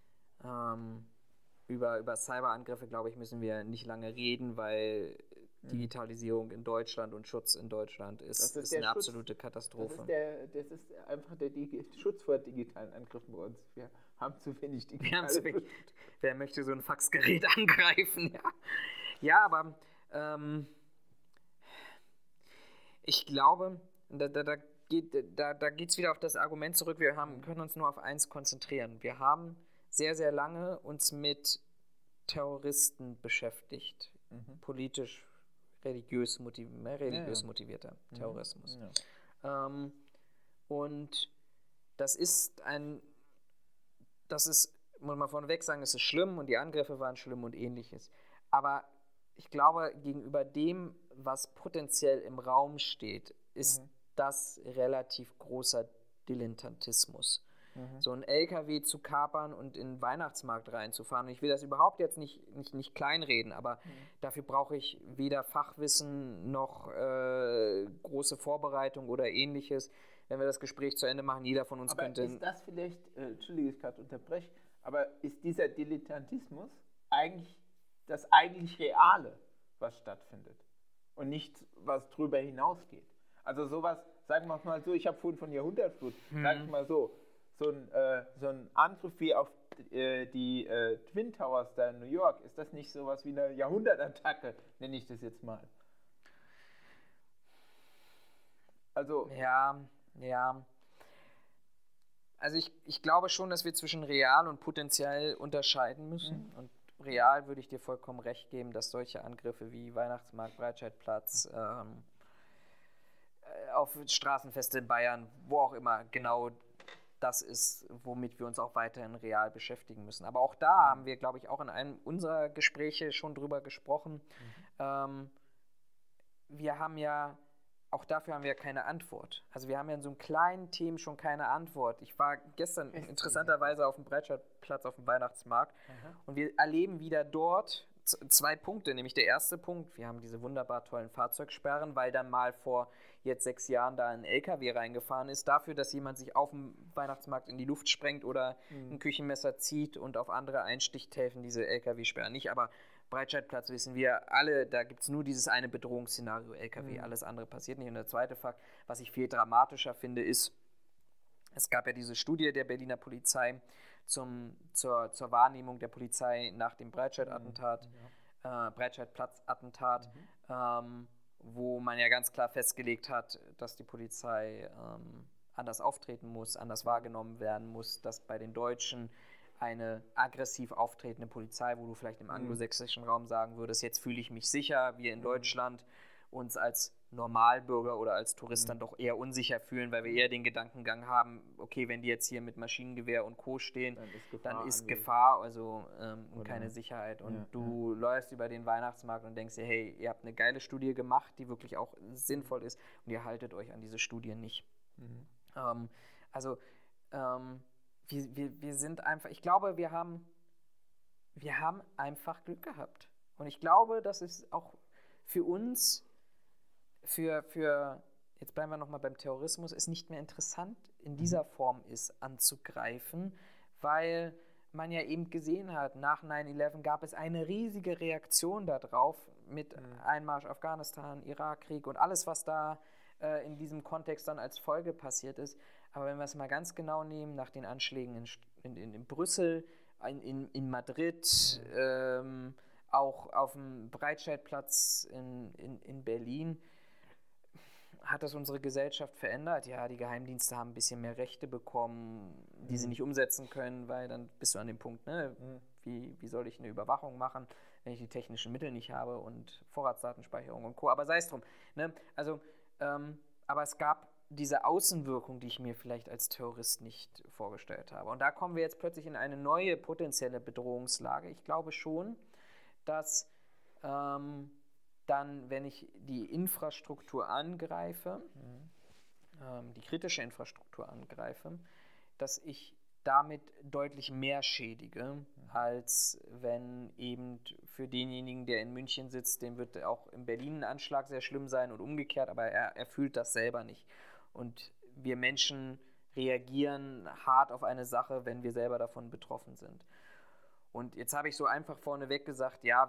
Über Cyberangriffe, glaube ich, müssen wir nicht lange reden, weil Digitalisierung in Deutschland und Schutz in Deutschland ist eine absolute Katastrophe. Das ist einfach der Schutz vor digitalen Angriffen bei uns. Wir haben zu wenig digitale Wer möchte so ein Faxgerät angreifen? Ja, aber ich glaube, da geht es wieder auf das Argument zurück, wir können uns nur auf eins konzentrieren. Wir haben sehr, sehr lange uns mit Terroristen beschäftigt. Politisch, religiös motivierter Terrorismus. Ja. Und das ist, muss man vorneweg sagen, es ist schlimm und die Angriffe waren schlimm und ähnliches. Aber ich glaube, gegenüber dem, was potenziell im Raum steht, ist das relativ großer Dilettantismus. So ein LKW zu kapern und in den Weihnachtsmarkt reinzufahren. Und ich will das überhaupt jetzt nicht kleinreden, aber dafür brauche ich weder Fachwissen noch große Vorbereitung oder ähnliches. Wenn wir das Gespräch zu Ende machen, jeder von uns aber könnte... ist das vielleicht, Entschuldige, ich gerade unterbreche, aber ist dieser Dilettantismus eigentlich das eigentlich Reale, was stattfindet? Und nicht, was drüber hinausgeht? Also sowas, sagen wir mal so, ich habe vorhin von Jahrhundertflut, sag ich mal so ein Angriff wie auf die Twin Towers da in New York, ist das nicht sowas wie eine Jahrhundertattacke, nenne ich das jetzt mal? Also Ja. Also ich glaube schon, dass wir zwischen real und potenziell unterscheiden müssen. Und real würde ich dir vollkommen recht geben, dass solche Angriffe wie Weihnachtsmarkt, Breitscheidplatz, auf Straßenfeste in Bayern, wo auch immer, genau das ist, womit wir uns auch weiterhin real beschäftigen müssen. Aber auch da haben wir, glaube ich, auch in einem unserer Gespräche schon drüber gesprochen. Wir haben ja, auch dafür haben wir keine Antwort. Also wir haben ja in so einem kleinen Themen schon keine Antwort. Ich war gestern interessanterweise auf dem Breitscheidplatz auf dem Weihnachtsmarkt und wir erleben wieder dort zwei Punkte. Nämlich der erste Punkt, wir haben diese wunderbar tollen Fahrzeugsperren, weil dann mal vor jetzt 6 Jahren da ein LKW reingefahren ist, dafür, dass jemand sich auf dem Weihnachtsmarkt in die Luft sprengt oder ein Küchenmesser zieht und auf andere einsticht, helfen diese LKW-Sperren nicht. Aber Breitscheidplatz wissen wir alle, da gibt es nur dieses eine Bedrohungsszenario LKW, alles andere passiert nicht. Und der zweite Fakt, was ich viel dramatischer finde, ist, es gab ja diese Studie der Berliner Polizei zur Wahrnehmung der Polizei nach dem Breitscheidplatz-Attentat, wo man ja ganz klar festgelegt hat, dass die Polizei anders auftreten muss, anders wahrgenommen werden muss, dass bei den Deutschen eine aggressiv auftretende Polizei, wo du vielleicht im anglosächsischen Raum sagen würdest, jetzt fühle ich mich sicher, wir in Deutschland uns als Normalbürger oder als Tourist dann doch eher unsicher fühlen, weil wir eher den Gedankengang haben, okay, wenn die jetzt hier mit Maschinengewehr und Co. stehen, dann ist Gefahr, also und keine Sicherheit. Und du läufst über den Weihnachtsmarkt und denkst dir, hey, ihr habt eine geile Studie gemacht, die wirklich auch sinnvoll ist und ihr haltet euch an diese Studie nicht. Wir sind einfach, ich glaube, wir haben einfach Glück gehabt. Und ich glaube, dass es auch für uns, jetzt bleiben wir nochmal beim Terrorismus, ist nicht mehr interessant in dieser Form ist, anzugreifen, weil man ja eben gesehen hat, nach 9/11 gab es eine riesige Reaktion darauf mit Einmarsch Afghanistan, Irakkrieg und alles, was da in diesem Kontext dann als Folge passiert ist. Aber wenn wir es mal ganz genau nehmen, nach den Anschlägen in Brüssel, in Madrid, auch auf dem Breitscheidplatz in Berlin, hat das unsere Gesellschaft verändert? Ja, die Geheimdienste haben ein bisschen mehr Rechte bekommen, die sie nicht umsetzen können, weil dann bist du an dem Punkt, ne? Wie soll ich eine Überwachung machen, wenn ich die technischen Mittel nicht habe und Vorratsdatenspeicherung und Co. Aber sei es drum. Ne? Also, aber es gab diese Außenwirkung, die ich mir vielleicht als Terrorist nicht vorgestellt habe. Und da kommen wir jetzt plötzlich in eine neue potenzielle Bedrohungslage. Ich glaube schon, dass dann, wenn ich die Infrastruktur angreife, die kritische Infrastruktur angreife, dass ich damit deutlich mehr schädige, als wenn eben für denjenigen, der in München sitzt, dem wird auch in Berlin ein Anschlag sehr schlimm sein und umgekehrt, aber er fühlt das selber nicht. Und wir Menschen reagieren hart auf eine Sache, wenn wir selber davon betroffen sind. Und jetzt habe ich so einfach vorneweg gesagt, ja,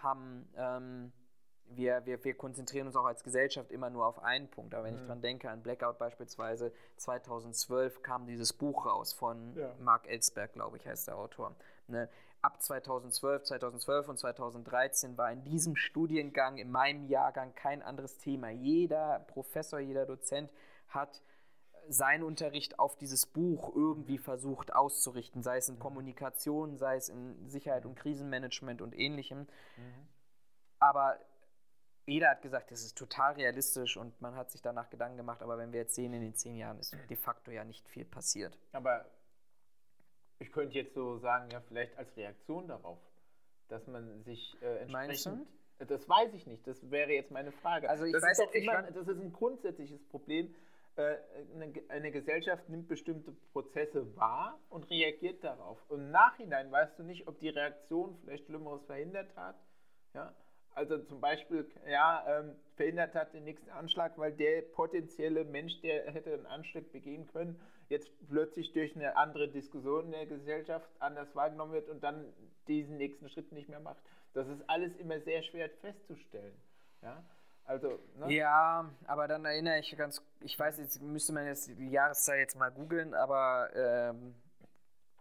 wir konzentrieren uns auch als Gesellschaft immer nur auf einen Punkt. Aber wenn ich dran denke, an Blackout beispielsweise, 2012 kam dieses Buch raus von Mark Ellsberg, glaube ich, heißt der Autor. Ne? Ab 2012 und 2013 war in diesem Studiengang, in meinem Jahrgang, kein anderes Thema. Jeder Professor, jeder Dozent hat seinen Unterricht auf dieses Buch irgendwie versucht auszurichten, sei es in Kommunikation, sei es in Sicherheit und Krisenmanagement und Ähnlichem. Aber jeder hat gesagt, das ist total realistisch und man hat sich danach Gedanken gemacht, aber wenn wir jetzt sehen, in den 10 Jahren ist de facto ja nicht viel passiert. Aber ich könnte jetzt so sagen, ja, vielleicht als Reaktion darauf, dass man sich entsprechend... Das weiß ich nicht, das wäre jetzt meine Frage. Also das ist ein grundsätzliches Problem. Eine Gesellschaft nimmt bestimmte Prozesse wahr und reagiert darauf. Und im Nachhinein weißt du nicht, ob die Reaktion vielleicht Schlimmeres verhindert hat. Ja? Also zum Beispiel verhindert hat den nächsten Anschlag, weil der potenzielle Mensch, der hätte einen Anschlag begehen können, jetzt plötzlich durch eine andere Diskussion in der Gesellschaft anders wahrgenommen wird und dann diesen nächsten Schritt nicht mehr macht. Das ist alles immer sehr schwer festzustellen. Ja? Also, ne? Ja, aber dann erinnere ich ich weiß, jetzt müsste man jetzt die Jahreszeit jetzt mal googeln, aber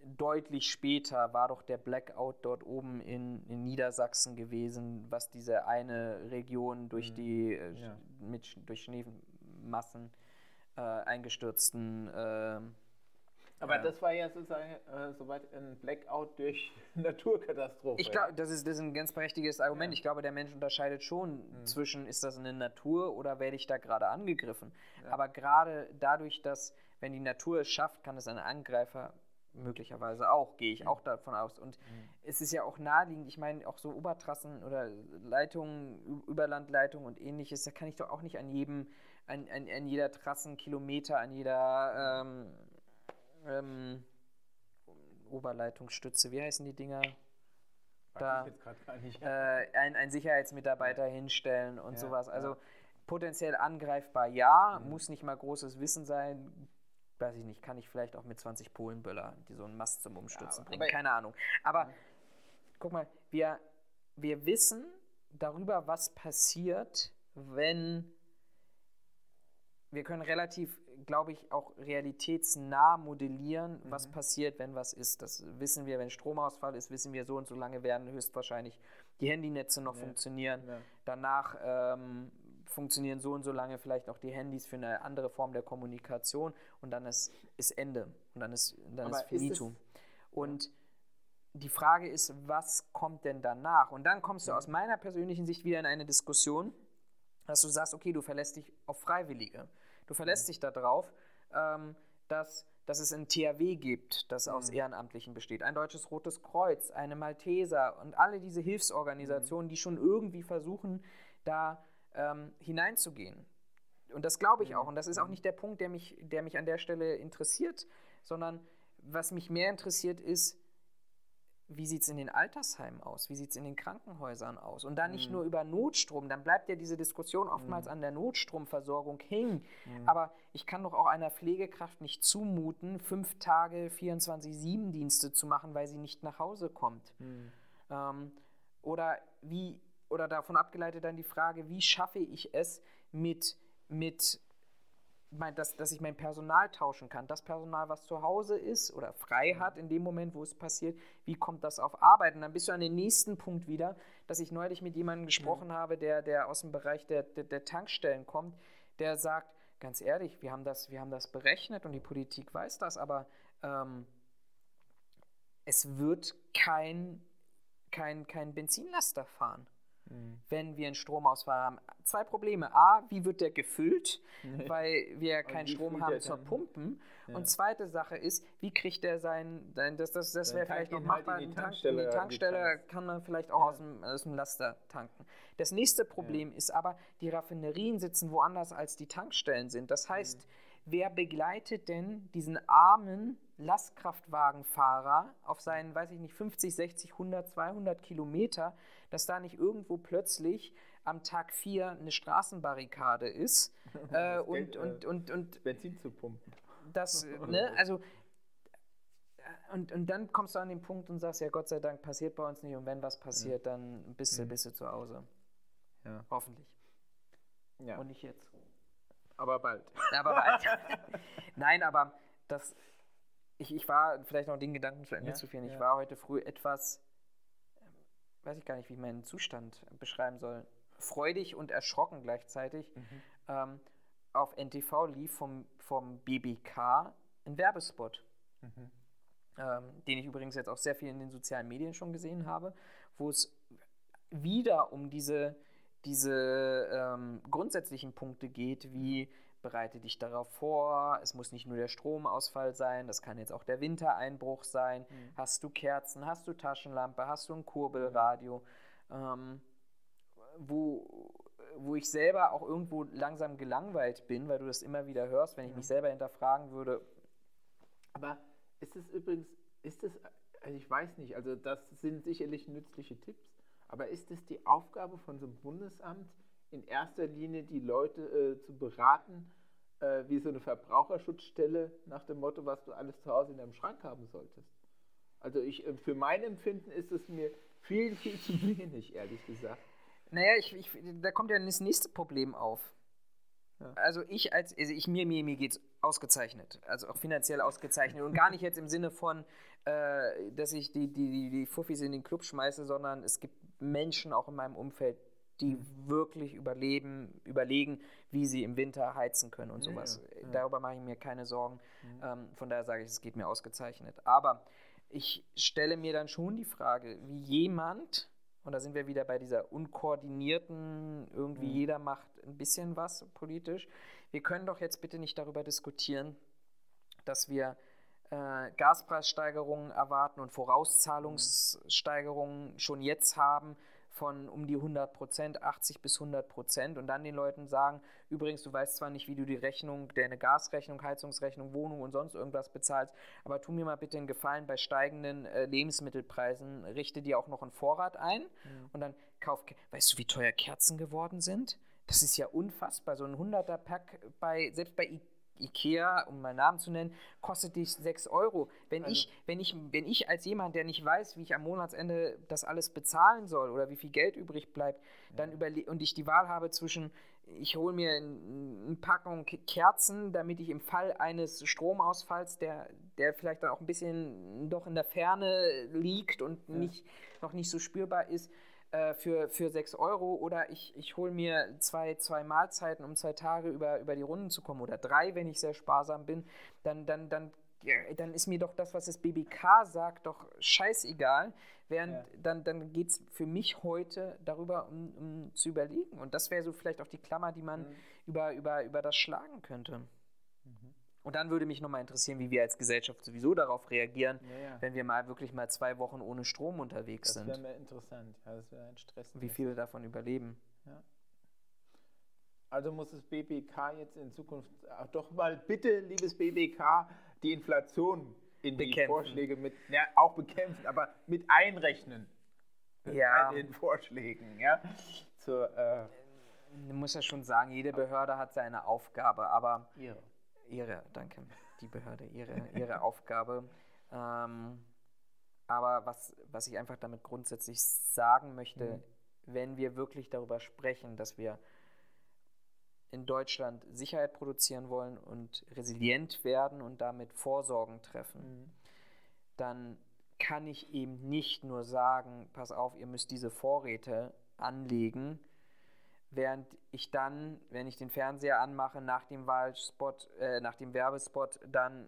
deutlich später war doch der Blackout dort oben in Niedersachsen gewesen, was diese eine Region durch durch Schneemassen eingestürzten. Aber das war ja sozusagen soweit ein Blackout durch Naturkatastrophe. Ich glaube, das ist ein ganz berechtigtes Argument. Ich glaube, der Mensch unterscheidet schon zwischen, ist das eine Natur oder werde ich da gerade angegriffen. Ja. Aber gerade dadurch, dass, wenn die Natur es schafft, kann es ein Angreifer möglicherweise auch, gehe ich auch davon aus. Und es ist ja auch naheliegend, ich meine, auch so Obertrassen oder Leitungen, Überlandleitungen und ähnliches, da kann ich doch auch nicht an jeder Trassenkilometer, an jeder Oberleitungsstütze, wie heißen die Dinger? Da ich jetzt gerade gar nicht. Ein Sicherheitsmitarbeiter hinstellen und sowas. Also potenziell angreifbar, muss nicht mal großes Wissen sein. Weiß ich nicht, kann ich vielleicht auch mit 20 Polenböller, die so einen Mast zum Umstürzen bringen, keine Ahnung. Aber guck mal, wir wissen darüber, was passiert, wenn wir können relativ, glaube ich, auch realitätsnah modellieren, was passiert, wenn was ist. Das wissen wir, wenn Stromausfall ist, wissen wir, so und so lange werden höchstwahrscheinlich die Handynetze noch funktionieren. Ja. Danach funktionieren so und so lange vielleicht auch die Handys für eine andere Form der Kommunikation und dann ist Ende und dann ist finito. Und die Frage ist, was kommt denn danach? Und dann kommst du aus meiner persönlichen Sicht wieder in eine Diskussion, dass du sagst, okay, du verlässt dich auf Freiwillige. Du verlässt dich darauf, dass es ein THW gibt, das aus Ehrenamtlichen besteht. Ein Deutsches Rotes Kreuz, eine Malteser und alle diese Hilfsorganisationen, die schon irgendwie versuchen, da hineinzugehen. Und das glaube ich auch. Und das ist auch nicht der Punkt, der mich an der Stelle interessiert, sondern was mich mehr interessiert ist, wie sieht es in den Altersheimen aus? Wie sieht es in den Krankenhäusern aus? Und dann nicht nur über Notstrom, dann bleibt ja diese Diskussion oftmals an der Notstromversorgung hängen. Aber ich kann doch auch einer Pflegekraft nicht zumuten, 5 Tage 24/7-Dienste zu machen, weil sie nicht nach Hause kommt. Oder davon abgeleitet dann die Frage, wie schaffe ich es dass ich mein Personal tauschen kann. Das Personal, was zu Hause ist oder frei hat in dem Moment, wo es passiert, wie kommt das auf Arbeit? Und dann bist du an den nächsten Punkt wieder, dass ich neulich mit jemandem gesprochen habe, der aus dem Bereich der Tankstellen kommt, der sagt, ganz ehrlich, wir haben das berechnet und die Politik weiß das, aber es wird kein Benzinlaster fahren, wenn wir einen Stromausfall haben. 2 Probleme. A, wie wird der gefüllt, weil wir keinen Strom haben zum Pumpen. Ja. Und zweite Sache ist, wie kriegt der das wäre vielleicht noch machbar, in die Tankstelle kann man vielleicht auch aus dem Laster tanken. Das nächste Problem ist aber, die Raffinerien sitzen woanders als die Tankstellen sind. Das heißt, wer begleitet denn diesen armen Lastkraftwagenfahrer auf seinen, 50, 60, 100, 200 Kilometer, dass da nicht irgendwo plötzlich am Tag 4 eine Straßenbarrikade ist und Benzin zu pumpen. Das, also und dann kommst du an den Punkt und sagst, ja, Gott sei Dank passiert bei uns nicht und wenn was passiert, dann bist du zu Hause. Ja. Hoffentlich. Ja. Und nicht jetzt. Aber bald. Nein, aber ich war, vielleicht noch den Gedanken zu Ende zu führen, ich war heute früh etwas, weiß ich gar nicht, wie ich meinen Zustand beschreiben soll, freudig und erschrocken gleichzeitig. Auf NTV lief vom BBK ein Werbespot, den ich übrigens jetzt auch sehr viel in den sozialen Medien schon gesehen habe, wo es wieder um diese grundsätzlichen Punkte geht, wie bereite dich darauf vor, es muss nicht nur der Stromausfall sein, das kann jetzt auch der Wintereinbruch sein, hast du Kerzen, hast du Taschenlampe, hast du ein Kurbelradio, wo ich selber auch irgendwo langsam gelangweilt bin, weil du das immer wieder hörst, wenn ich mich selber hinterfragen würde. Aber ist es übrigens, also ich weiß nicht, also das sind sicherlich nützliche Tipps, aber ist es die Aufgabe von so einem Bundesamt, in erster Linie die Leute zu beraten, wie so eine Verbraucherschutzstelle nach dem Motto, was du alles zu Hause in deinem Schrank haben solltest? Also für mein Empfinden ist es mir viel, viel zu wenig, ehrlich gesagt. Naja, da kommt ja das nächste Problem auf. Also mir geht's ausgezeichnet, also auch finanziell ausgezeichnet und gar nicht jetzt im Sinne von, dass ich die Fuffis in den Club schmeiße, sondern es gibt Menschen auch in meinem Umfeld, die wirklich überlegen, wie sie im Winter heizen können und sowas. Ja. Darüber mache ich mir keine Sorgen. Von daher sage ich, es geht mir ausgezeichnet. Aber ich stelle mir dann schon die Frage, wie jemand, und da sind wir wieder bei dieser unkoordinierten, irgendwie jeder macht ein bisschen was politisch. Wir können doch jetzt bitte nicht darüber diskutieren, dass wir Gaspreissteigerungen erwarten und Vorauszahlungssteigerungen schon jetzt haben von um die 100%, 80-100% und dann den Leuten sagen, übrigens, du weißt zwar nicht, wie du die Rechnung, deine Gasrechnung, Heizungsrechnung, Wohnung und sonst irgendwas bezahlst, aber tu mir mal bitte einen Gefallen, bei steigenden Lebensmittelpreisen richte dir auch noch einen Vorrat ein und dann weißt du, wie teuer Kerzen geworden sind? Das ist ja unfassbar, so ein 100er-Pack selbst bei Ikea, um meinen Namen zu nennen, kostet dich 6 Euro. Wenn ich als jemand, der nicht weiß, wie ich am Monatsende das alles bezahlen soll oder wie viel Geld übrig bleibt, dann und ich die Wahl habe zwischen, ich hole mir eine Packung Kerzen, damit ich im Fall eines Stromausfalls, der vielleicht dann auch ein bisschen doch in der Ferne liegt und noch nicht so spürbar ist, für 6 Euro oder ich hole mir zwei Mahlzeiten, um 2 Tage über die Runden zu kommen oder 3, wenn ich sehr sparsam bin, dann ist mir doch das, was das BBK sagt, doch scheißegal, dann geht es für mich heute darüber, um zu überlegen und das wäre so vielleicht auch die Klammer, die man über das schlagen könnte. Und dann würde mich nochmal interessieren, wie wir als Gesellschaft sowieso darauf reagieren, wenn wir wirklich mal 2 Wochen ohne Strom unterwegs sind. Das wäre mir interessant. Das wäre ein Stress. Wie viele davon überleben. Ja. Also muss das BBK jetzt in Zukunft doch mal bitte, liebes BBK, die Inflation in die Vorschläge auch bekämpfen, aber mit einrechnen. Ja. In den Vorschlägen. Ja. Du musst ja schon sagen, jede Behörde hat seine Aufgabe, aber... Danke, die Behörde, ihre Aufgabe. Aber was ich einfach damit grundsätzlich sagen möchte, wenn wir wirklich darüber sprechen, dass wir in Deutschland Sicherheit produzieren wollen und resilient werden und damit Vorsorgen treffen, dann kann ich eben nicht nur sagen, pass auf, ihr müsst diese Vorräte anlegen, während ich dann, wenn ich den Fernseher anmache, nach dem Werbespot, dann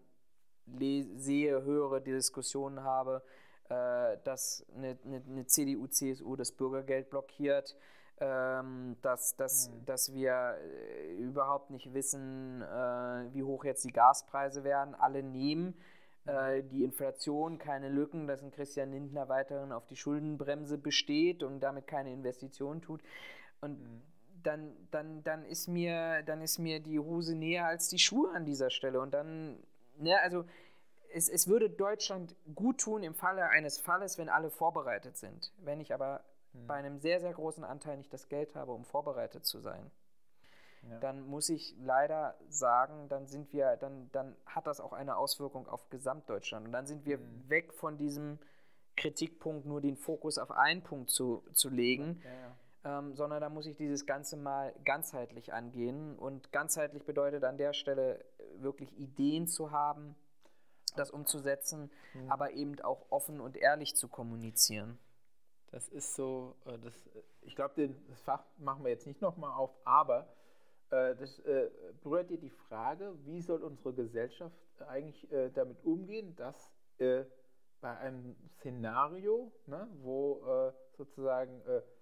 höre, die Diskussionen habe, dass eine CDU, CSU das Bürgergeld blockiert, dass wir überhaupt nicht wissen, wie hoch jetzt die Gaspreise werden. Alle nehmen die Inflation, keine Lücken, dass ein Christian Lindner weiterhin auf die Schuldenbremse besteht und damit keine Investitionen tut. Und dann ist mir die Hose näher als die Schuhe an dieser Stelle. Und dann, also es würde Deutschland gut tun im Falle eines Falles, wenn alle vorbereitet sind. Wenn ich aber bei einem sehr, sehr großen Anteil nicht das Geld habe, um vorbereitet zu sein, dann muss ich leider sagen, dann hat das auch eine Auswirkung auf Gesamtdeutschland. Und dann sind wir weg von diesem Kritikpunkt, nur den Fokus auf einen Punkt zu legen. Sondern da muss ich dieses Ganze mal ganzheitlich angehen. Und ganzheitlich bedeutet an der Stelle wirklich Ideen zu haben, das umzusetzen, aber eben auch offen und ehrlich zu kommunizieren. Das ist so, ich glaube, das Fach machen wir jetzt nicht nochmal auf, aber das berührt dir die Frage, wie soll unsere Gesellschaft eigentlich damit umgehen, dass bei einem Szenario, wo sozusagen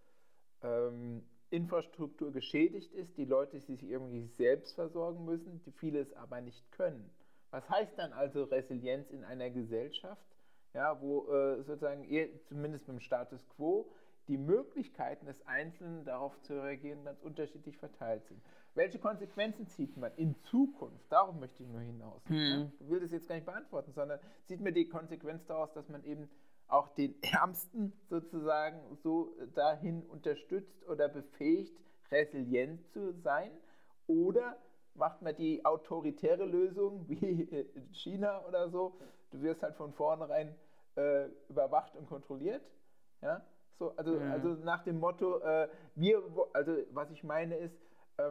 Infrastruktur geschädigt ist, die Leute sich irgendwie selbst versorgen müssen, die viele es aber nicht können. Was heißt dann also Resilienz in einer Gesellschaft, wo sozusagen zumindest beim Status quo die Möglichkeiten des Einzelnen darauf zu reagieren ganz unterschiedlich verteilt sind. Welche Konsequenzen zieht man in Zukunft? Darauf möchte ich nur hinaus. Ich will das jetzt gar nicht beantworten, sondern zieht mir die Konsequenz daraus, dass man eben auch den Ärmsten sozusagen so dahin unterstützt oder befähigt, resilient zu sein? Oder macht man die autoritäre Lösung wie in China oder so? Du wirst halt von vornherein überwacht und kontrolliert. Ja? So, also nach dem Motto, was ich meine ist,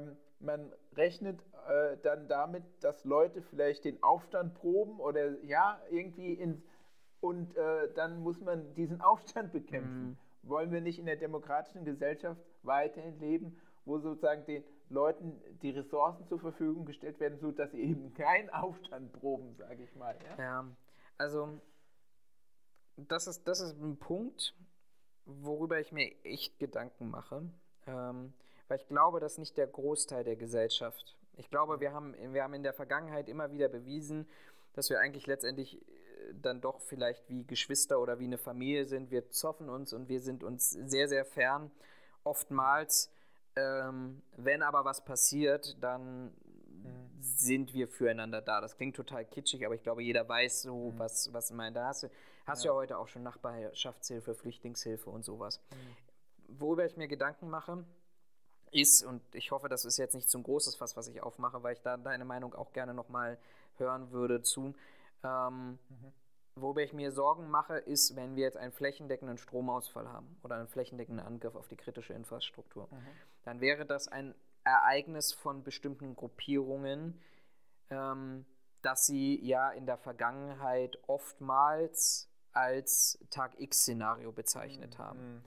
man rechnet dann damit, dass Leute vielleicht den Aufstand proben oder ja, irgendwie und dann muss man diesen Aufstand bekämpfen. Wollen wir nicht in der demokratischen Gesellschaft weiterhin leben, wo sozusagen den Leuten die Ressourcen zur Verfügung gestellt werden, sodass sie eben keinen Aufstand proben, sage ich mal. Ja, also das ist ein Punkt, worüber ich mir echt Gedanken mache, weil ich glaube, dass nicht der Großteil der Gesellschaft, ich glaube, wir haben in der Vergangenheit immer wieder bewiesen, dass wir eigentlich letztendlich dann doch vielleicht wie Geschwister oder wie eine Familie sind. Wir zoffen uns und wir sind uns sehr, sehr fern. Oftmals, wenn aber was passiert, dann sind wir füreinander da. Das klingt total kitschig, aber ich glaube, jeder weiß so, was ich meine. Da hast du ja heute auch schon Nachbarschaftshilfe, Flüchtlingshilfe und sowas. Worüber ich mir Gedanken mache, ist, und ich hoffe, das ist jetzt nicht so ein großes Fass, was ich aufmache, weil ich da deine Meinung auch gerne nochmal hören würde zu. Worüber ich mir Sorgen mache, ist, wenn wir jetzt einen flächendeckenden Stromausfall haben oder einen flächendeckenden Angriff auf die kritische Infrastruktur, dann wäre das ein Ereignis von bestimmten Gruppierungen, dass sie ja in der Vergangenheit oftmals als Tag-X-Szenario bezeichnet haben,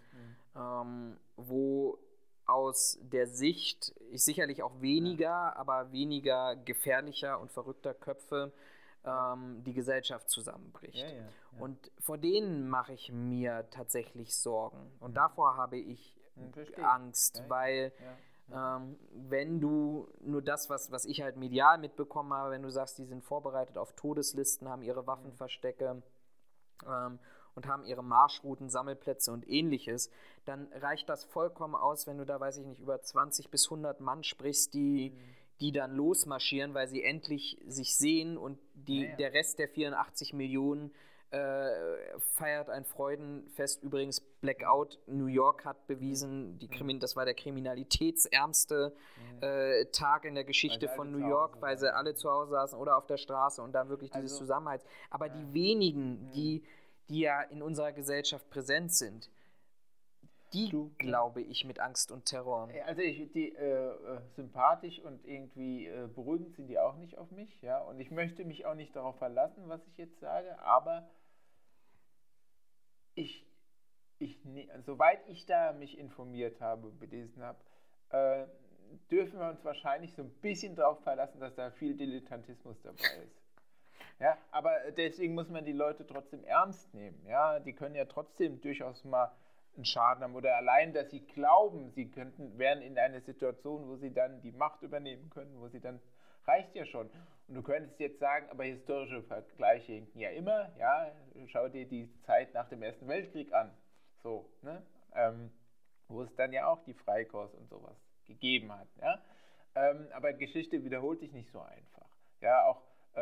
wo aus der Sicht sicherlich auch aber weniger gefährlicher und verrückter Köpfe die Gesellschaft zusammenbricht. Ja. Und vor denen mache ich mir tatsächlich Sorgen. Und davor habe ich Angst, weil wenn du nur das, was ich halt medial mitbekommen habe, wenn du sagst, die sind vorbereitet auf Todeslisten, haben ihre Waffenverstecke und haben ihre Marschrouten, Sammelplätze und ähnliches, dann reicht das vollkommen aus, wenn du da, weiß ich nicht, über 20 bis 100 Mann sprichst, die dann losmarschieren, weil sie endlich sich sehen und der Rest der 84 Millionen feiert ein Freudenfest. Übrigens, Blackout New York hat bewiesen, das war der kriminalitätsärmste Tag in der Geschichte von New York, weil sie alle zu Hause saßen oder auf der Straße und da wirklich dieses Zusammenhalt. Aber die wenigen, die ja in unserer Gesellschaft präsent sind, die glaube ich mit Angst und Terror. Also sympathisch und irgendwie beruhigend sind die auch nicht auf mich, ja. Und ich möchte mich auch nicht darauf verlassen, was ich jetzt sage, aber soweit ich da mich informiert habe, belesen habe, dürfen wir uns wahrscheinlich so ein bisschen darauf verlassen, dass da viel Dilettantismus dabei ist. Ja, aber deswegen muss man die Leute trotzdem ernst nehmen. Ja, die können ja trotzdem durchaus mal einen Schaden haben oder allein, dass sie glauben, sie wären in einer Situation, wo sie dann die Macht übernehmen können, reicht ja schon. Und du könntest jetzt sagen, aber historische Vergleiche hinken ja immer, ja, schau dir die Zeit nach dem Ersten Weltkrieg an, so, ne, wo es dann ja auch die Freikorps und sowas gegeben hat, ja, aber Geschichte wiederholt sich nicht so einfach, ja, auch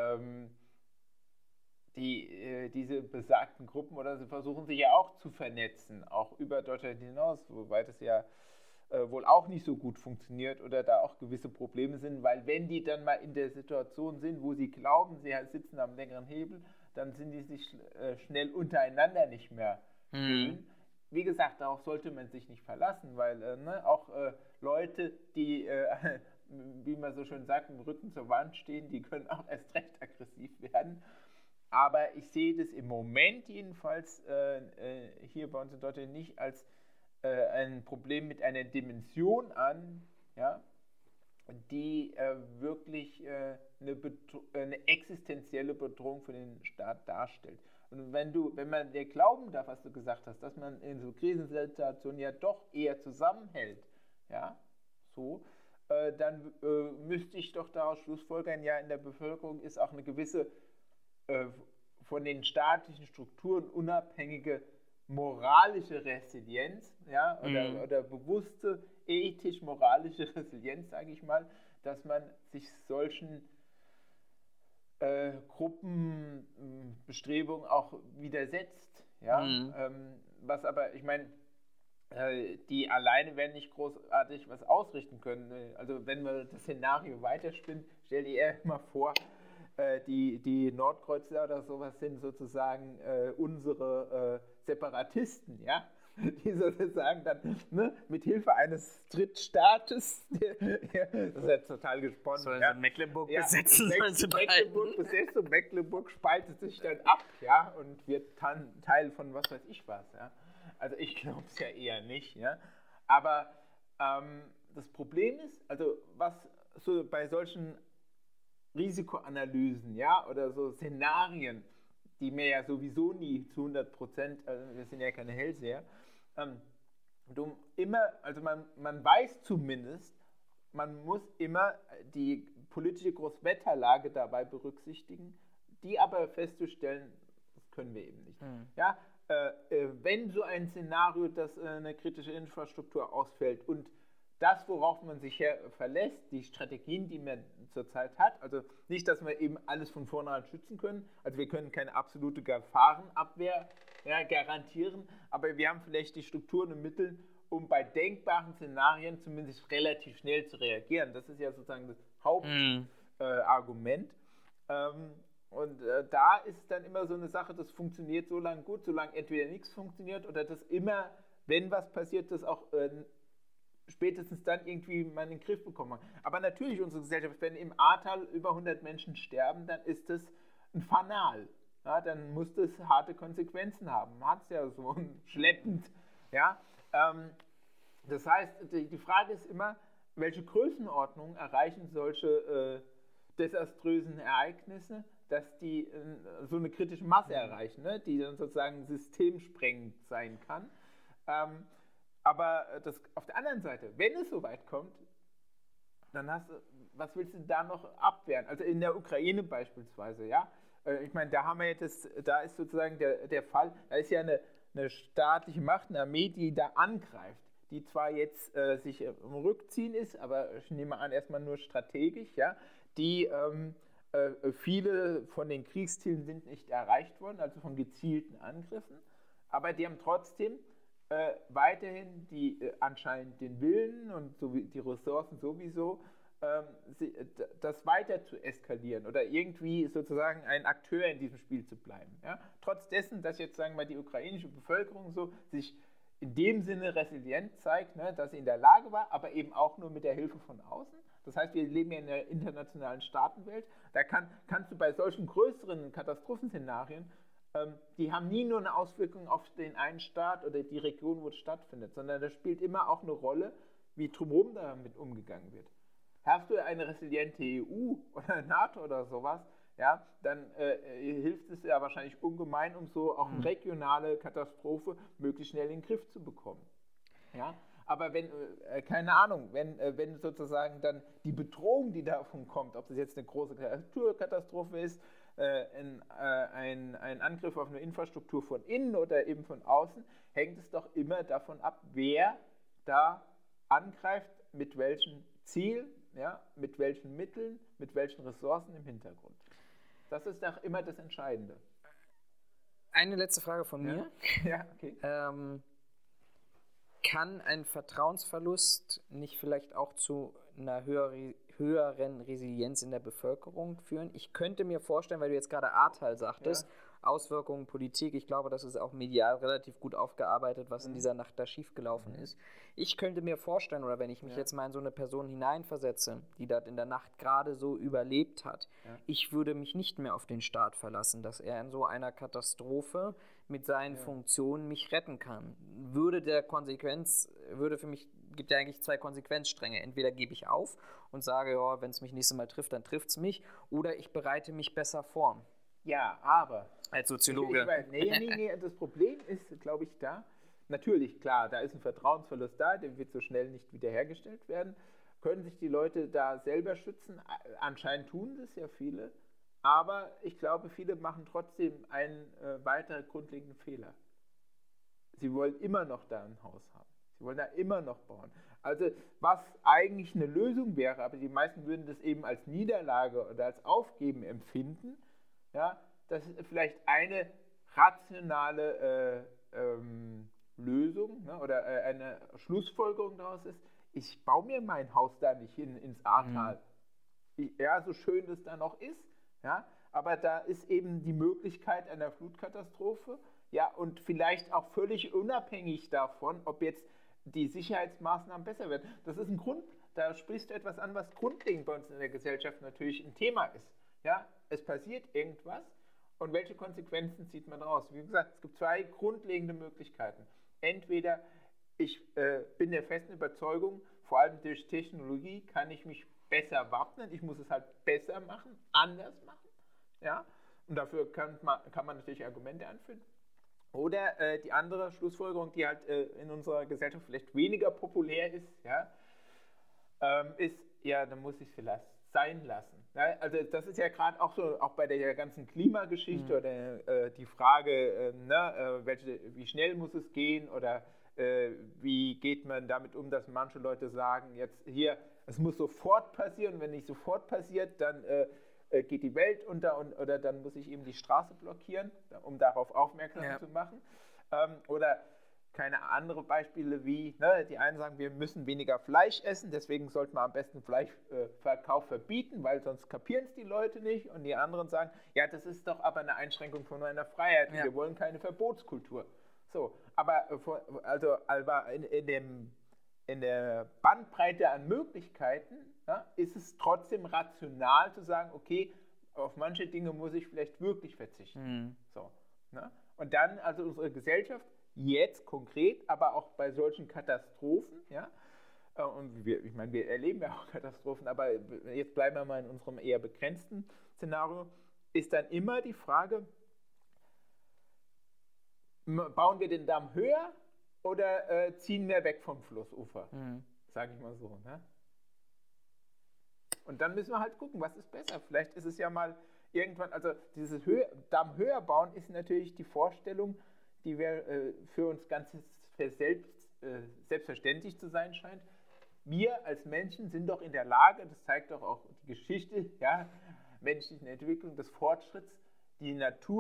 diese besagten Gruppen oder sie versuchen sich ja auch zu vernetzen, auch über Deutschland hinaus, wobei das ja wohl auch nicht so gut funktioniert oder da auch gewisse Probleme sind, weil wenn die dann mal in der Situation sind, wo sie glauben, sie sitzen am längeren Hebel, dann sind die sich schnell untereinander nicht mehr grün. Wie gesagt, darauf sollte man sich nicht verlassen, weil auch Leute, die, wie man so schön sagt, mit dem Rücken zur Wand stehen, die können auch erst recht aggressiv werden. Aber ich sehe das im Moment jedenfalls hier bei uns in Deutschland nicht als ein Problem mit einer Dimension an, ja, die wirklich eine existenzielle Bedrohung für den Staat darstellt. Und wenn man dir glauben darf, was du gesagt hast, dass man in so Krisensituationen ja doch eher zusammenhält, ja, so, dann müsste ich doch daraus schlussfolgern, ja, in der Bevölkerung ist auch eine gewisse von den staatlichen Strukturen unabhängige moralische Resilienz, ja, oder bewusste ethisch-moralische Resilienz, sage ich mal, dass man sich solchen Gruppenbestrebungen auch widersetzt, ja, was aber, ich meine, die alleine werden nicht großartig was ausrichten können. Also wenn wir das Szenario weiterspinnen, stell dir eher mal vor, die Nordkreuzer oder sowas sind sozusagen unsere Separatisten, ja, die sozusagen dann mit Hilfe eines Drittstaates, das ist jetzt total gesponnen. Sollen sie Mecklenburg besetzen? Mecklenburg besetzt und Mecklenburg spaltet sich dann ab, ja, und wird dann Teil von was weiß ich was, ja. Also ich glaube es ja eher nicht, ja. Aber das Problem ist, also was so bei solchen Risikoanalysen, ja, oder so Szenarien, die mir ja sowieso nie zu 100%, also wir sind ja keine Hellseher, man weiß zumindest, man muss immer die politische Großwetterlage dabei berücksichtigen, die aber festzustellen, das können wir eben nicht. Ja, wenn so ein Szenario, dass eine kritische Infrastruktur ausfällt und das, worauf man sich verlässt, die Strategien, die man zurzeit hat, also nicht, dass wir eben alles von vornherein schützen können, also wir können keine absolute Gefahrenabwehr garantieren, aber wir haben vielleicht die Strukturen und Mittel, um bei denkbaren Szenarien zumindest relativ schnell zu reagieren. Das ist ja sozusagen das Hauptargument. Da ist dann immer so eine Sache, das funktioniert so lange gut, solange entweder nichts funktioniert oder das immer, wenn was passiert, das auch spätestens dann irgendwie mal in den Griff bekommen. Aber natürlich, unsere Gesellschaft, wenn im Ahrtal über 100 Menschen sterben, dann ist das ein Fanal. Ja, dann muss das harte Konsequenzen haben. Man hat es ja so schleppend. Ja? Das heißt, die Frage ist immer, welche Größenordnung erreichen solche desaströsen Ereignisse, dass die so eine kritische Masse erreichen, ne? Die dann sozusagen systemsprengend sein kann. Aber auf der anderen Seite, wenn es so weit kommt, dann was willst du da noch abwehren? Also in der Ukraine beispielsweise, ja. Ich meine, da ist sozusagen der Fall, da ist ja eine staatliche Macht, eine Armee, die da angreift, die zwar jetzt sich im Rückziehen ist, aber ich nehme an, erstmal nur strategisch, ja, die viele von den Kriegszielen sind nicht erreicht worden, also von gezielten Angriffen, aber die haben trotzdem weiterhin anscheinend den Willen und die Ressourcen sowieso, das weiter zu eskalieren oder irgendwie sozusagen ein Akteur in diesem Spiel zu bleiben. Ja? Trotz dessen, dass jetzt, sagen wir mal, die ukrainische Bevölkerung so sich in dem Sinne resilient zeigt, ne, dass sie in der Lage war, aber eben auch nur mit der Hilfe von außen. Das heißt, wir leben ja in der internationalen Staatenwelt. Da kannst du bei solchen größeren Katastrophenszenarien, die haben nie nur eine Auswirkung auf den einen Staat oder die Region, wo es stattfindet, sondern das spielt immer auch eine Rolle, wie drumherum damit umgegangen wird. Hast du eine resiliente EU oder NATO oder sowas, ja, dann hilft es ja wahrscheinlich ungemein, um so auch eine regionale Katastrophe möglichst schnell in den Griff zu bekommen. Ja? Aber wenn, keine Ahnung, wenn sozusagen dann die Bedrohung, die davon kommt, ob das jetzt eine große Naturkatastrophe ist, ein Angriff auf eine Infrastruktur von innen oder eben von außen, hängt es doch immer davon ab, wer da angreift, mit welchem Ziel, ja, mit welchen Mitteln, mit welchen Ressourcen im Hintergrund. Das ist doch immer das Entscheidende. Eine letzte Frage von mir. Ja, okay. Kann ein Vertrauensverlust nicht vielleicht auch zu einer höheren Resilienz in der Bevölkerung führen? Ich könnte mir vorstellen, weil du jetzt gerade Ahrtal sagtest, Auswirkungen, Politik, ich glaube, das ist auch medial relativ gut aufgearbeitet, was in dieser Nacht da schiefgelaufen ist. Ich könnte mir vorstellen, oder wenn ich mich jetzt mal in so eine Person hineinversetze, die das in der Nacht gerade so überlebt hat, ich würde mich nicht mehr auf den Staat verlassen, dass er in so einer Katastrophe mit seinen Funktionen mich retten kann. Für mich gibt ja eigentlich zwei Konsequenzstränge. Entweder gebe ich auf und sage, ja, wenn es mich nächstes Mal trifft, dann trifft es mich, oder ich bereite mich besser vor. Ja, aber als Soziologe. Nee, das Problem ist, glaube ich, natürlich, klar, da ist ein Vertrauensverlust da, der wird so schnell nicht wiederhergestellt werden. Können sich die Leute da selber schützen? Anscheinend tun das ja viele, aber ich glaube, viele machen trotzdem einen weiteren grundlegenden Fehler. Sie wollen immer noch da ein Haus haben. Sie wollen da immer noch bauen. Also was eigentlich eine Lösung wäre, aber die meisten würden das eben als Niederlage oder als Aufgeben empfinden, ja, das ist vielleicht eine rationale Lösung, ne, oder eine Schlussfolgerung daraus ist, ich baue mir mein Haus da nicht ins Ahrtal. So schön das da noch ist, ja, aber da ist eben die Möglichkeit einer Flutkatastrophe, ja, und vielleicht auch völlig unabhängig davon, ob jetzt die Sicherheitsmaßnahmen besser werden. Das ist ein Grund, da sprichst du etwas an, was grundlegend bei uns in der Gesellschaft natürlich ein Thema ist. Ja, es passiert irgendwas und welche Konsequenzen zieht man daraus? Wie gesagt, es gibt zwei grundlegende Möglichkeiten. Entweder ich bin der festen Überzeugung, vor allem durch Technologie kann ich mich besser wappnen, ich muss es halt besser machen, anders machen. Ja? Und dafür kann man natürlich Argumente anführen. Oder die andere Schlussfolgerung, die halt in unserer Gesellschaft vielleicht weniger populär ist, ja, ist, ja, dann muss ich es vielleicht sein lassen. Ja? Also das ist ja gerade auch so, auch bei der ganzen Klimageschichte oder die Frage, wie schnell muss es gehen oder wie geht man damit um, dass manche Leute sagen, jetzt hier, es muss sofort passieren, wenn nicht sofort passiert, dann geht die Welt unter oder dann muss ich eben die Straße blockieren, um darauf aufmerksam zu machen. Oder keine andere Beispiele wie, die einen sagen, wir müssen weniger Fleisch essen, deswegen sollten wir am besten Fleischverkauf verbieten, weil sonst kapieren es die Leute nicht. Und die anderen sagen, ja, das ist doch aber eine Einschränkung von meiner Freiheit. Ja. Wir wollen keine Verbotskultur. So, aber in der Bandbreite an Möglichkeiten ist es trotzdem rational zu sagen, okay, auf manche Dinge muss ich vielleicht wirklich verzichten. So, und dann also unsere Gesellschaft jetzt konkret, aber auch bei solchen Katastrophen, ja, und wir erleben ja auch Katastrophen, aber jetzt bleiben wir mal in unserem eher begrenzten Szenario, ist dann immer die Frage, bauen wir den Damm höher oder ziehen wir weg vom Flussufer, sage ich mal so. Ne? Und dann müssen wir halt gucken, was ist besser. Vielleicht ist es ja mal irgendwann, also dieses Damm höher bauen ist natürlich die Vorstellung, die wir für uns ganz selbstverständlich zu sein scheint. Wir als Menschen sind doch in der Lage, das zeigt doch auch die Geschichte, ja, menschlichen Entwicklung, des Fortschritts, die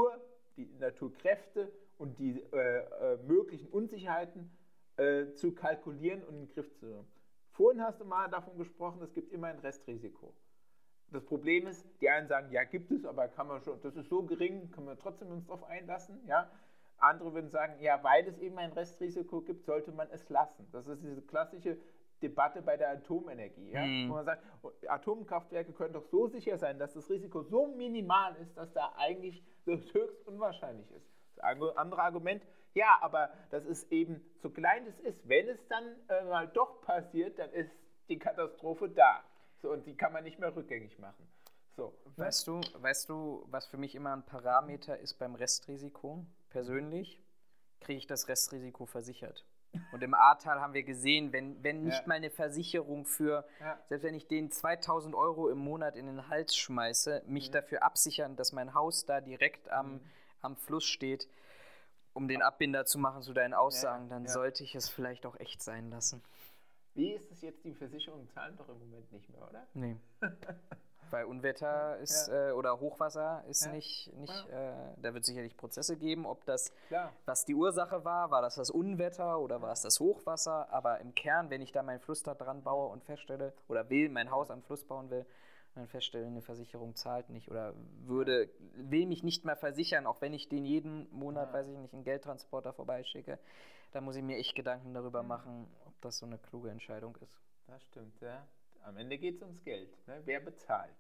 Naturkräfte und die möglichen Unsicherheiten zu kalkulieren und in den Griff zu nehmen. Vorhin hast du mal davon gesprochen, es gibt immer ein Restrisiko. Das Problem ist, die einen sagen, ja, gibt es, aber kann man schon, das ist so gering, können wir trotzdem uns darauf einlassen. Ja? Andere würden sagen, ja, weil es eben ein Restrisiko gibt, sollte man es lassen. Das ist diese klassische Debatte bei der Atomenergie. Ja? Wo man sagt, Atomkraftwerke können doch so sicher sein, dass das Risiko so minimal ist, dass da eigentlich das höchst unwahrscheinlich ist. Das andere Argument, ja, aber das ist eben, so klein es ist, wenn es dann mal doch passiert, dann ist die Katastrophe da. So, und die kann man nicht mehr rückgängig machen. So, weißt du, was für mich immer ein Parameter ist beim Restrisiko? Persönlich kriege ich das Restrisiko versichert. Und im Ahrtal haben wir gesehen, wenn nicht mal eine Versicherung für, selbst wenn ich denen 2.000 € im Monat in den Hals schmeiße, mich dafür absichern, dass mein Haus da direkt am Fluss steht, um den Abbinder zu machen zu deinen Aussagen, dann sollte ich es vielleicht auch echt sein lassen. Wie ist es jetzt? Die Versicherungen zahlen doch im Moment nicht mehr, oder? Nee. Weil Unwetter ist oder Hochwasser ist nicht da wird sicherlich Prozesse geben, ob das, was die Ursache war das Unwetter oder war es das Hochwasser, aber im Kern, wenn ich da meinen Fluss da dran baue und feststelle, oder mein Haus am Fluss bauen will, und dann feststelle, eine Versicherung zahlt nicht oder will mich nicht mehr versichern, auch wenn ich den jeden Monat, weiß ich nicht, einen Geldtransporter vorbeischicke, da muss ich mir echt Gedanken darüber machen, ob das so eine kluge Entscheidung ist. Das stimmt, ja. Am Ende geht es ums Geld. Ne? Wer bezahlt?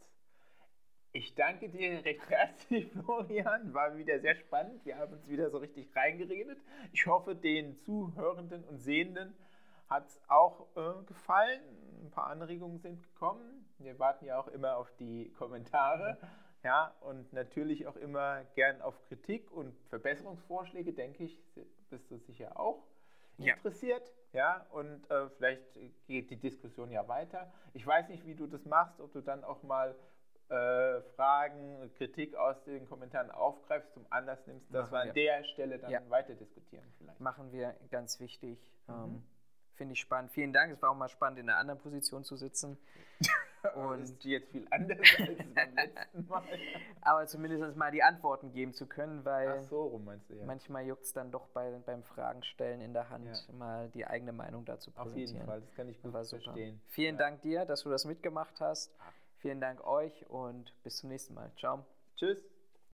Ich danke dir recht herzlich, Florian. War wieder sehr spannend. Wir haben uns wieder so richtig reingeredet. Ich hoffe, den Zuhörenden und Sehenden hat es auch gefallen. Ein paar Anregungen sind gekommen. Wir warten ja auch immer auf die Kommentare. Ja, und natürlich auch immer gern auf Kritik und Verbesserungsvorschläge, denke ich, bist du sicher auch interessiert. Ja, und vielleicht geht die Diskussion ja weiter. Ich weiß nicht, wie du das machst, ob du dann auch mal Fragen, Kritik aus den Kommentaren aufgreifst, zum Anlass nimmst, dass wir an der Stelle dann weiter diskutieren vielleicht. Machen wir, ganz wichtig. Finde ich spannend. Vielen Dank. Es war auch mal spannend, in einer anderen Position zu sitzen. Und das ist jetzt viel anders als beim letzten Mal. Aber zumindest mal die Antworten geben zu können, weil so rum meinst du, manchmal juckt es dann doch beim Fragenstellen in der Hand, mal die eigene Meinung dazu präsentieren. Auf jeden Fall, das kann ich gut verstehen. Vielen Dank dir, dass du das mitgemacht hast. Vielen Dank euch und bis zum nächsten Mal. Ciao. Tschüss.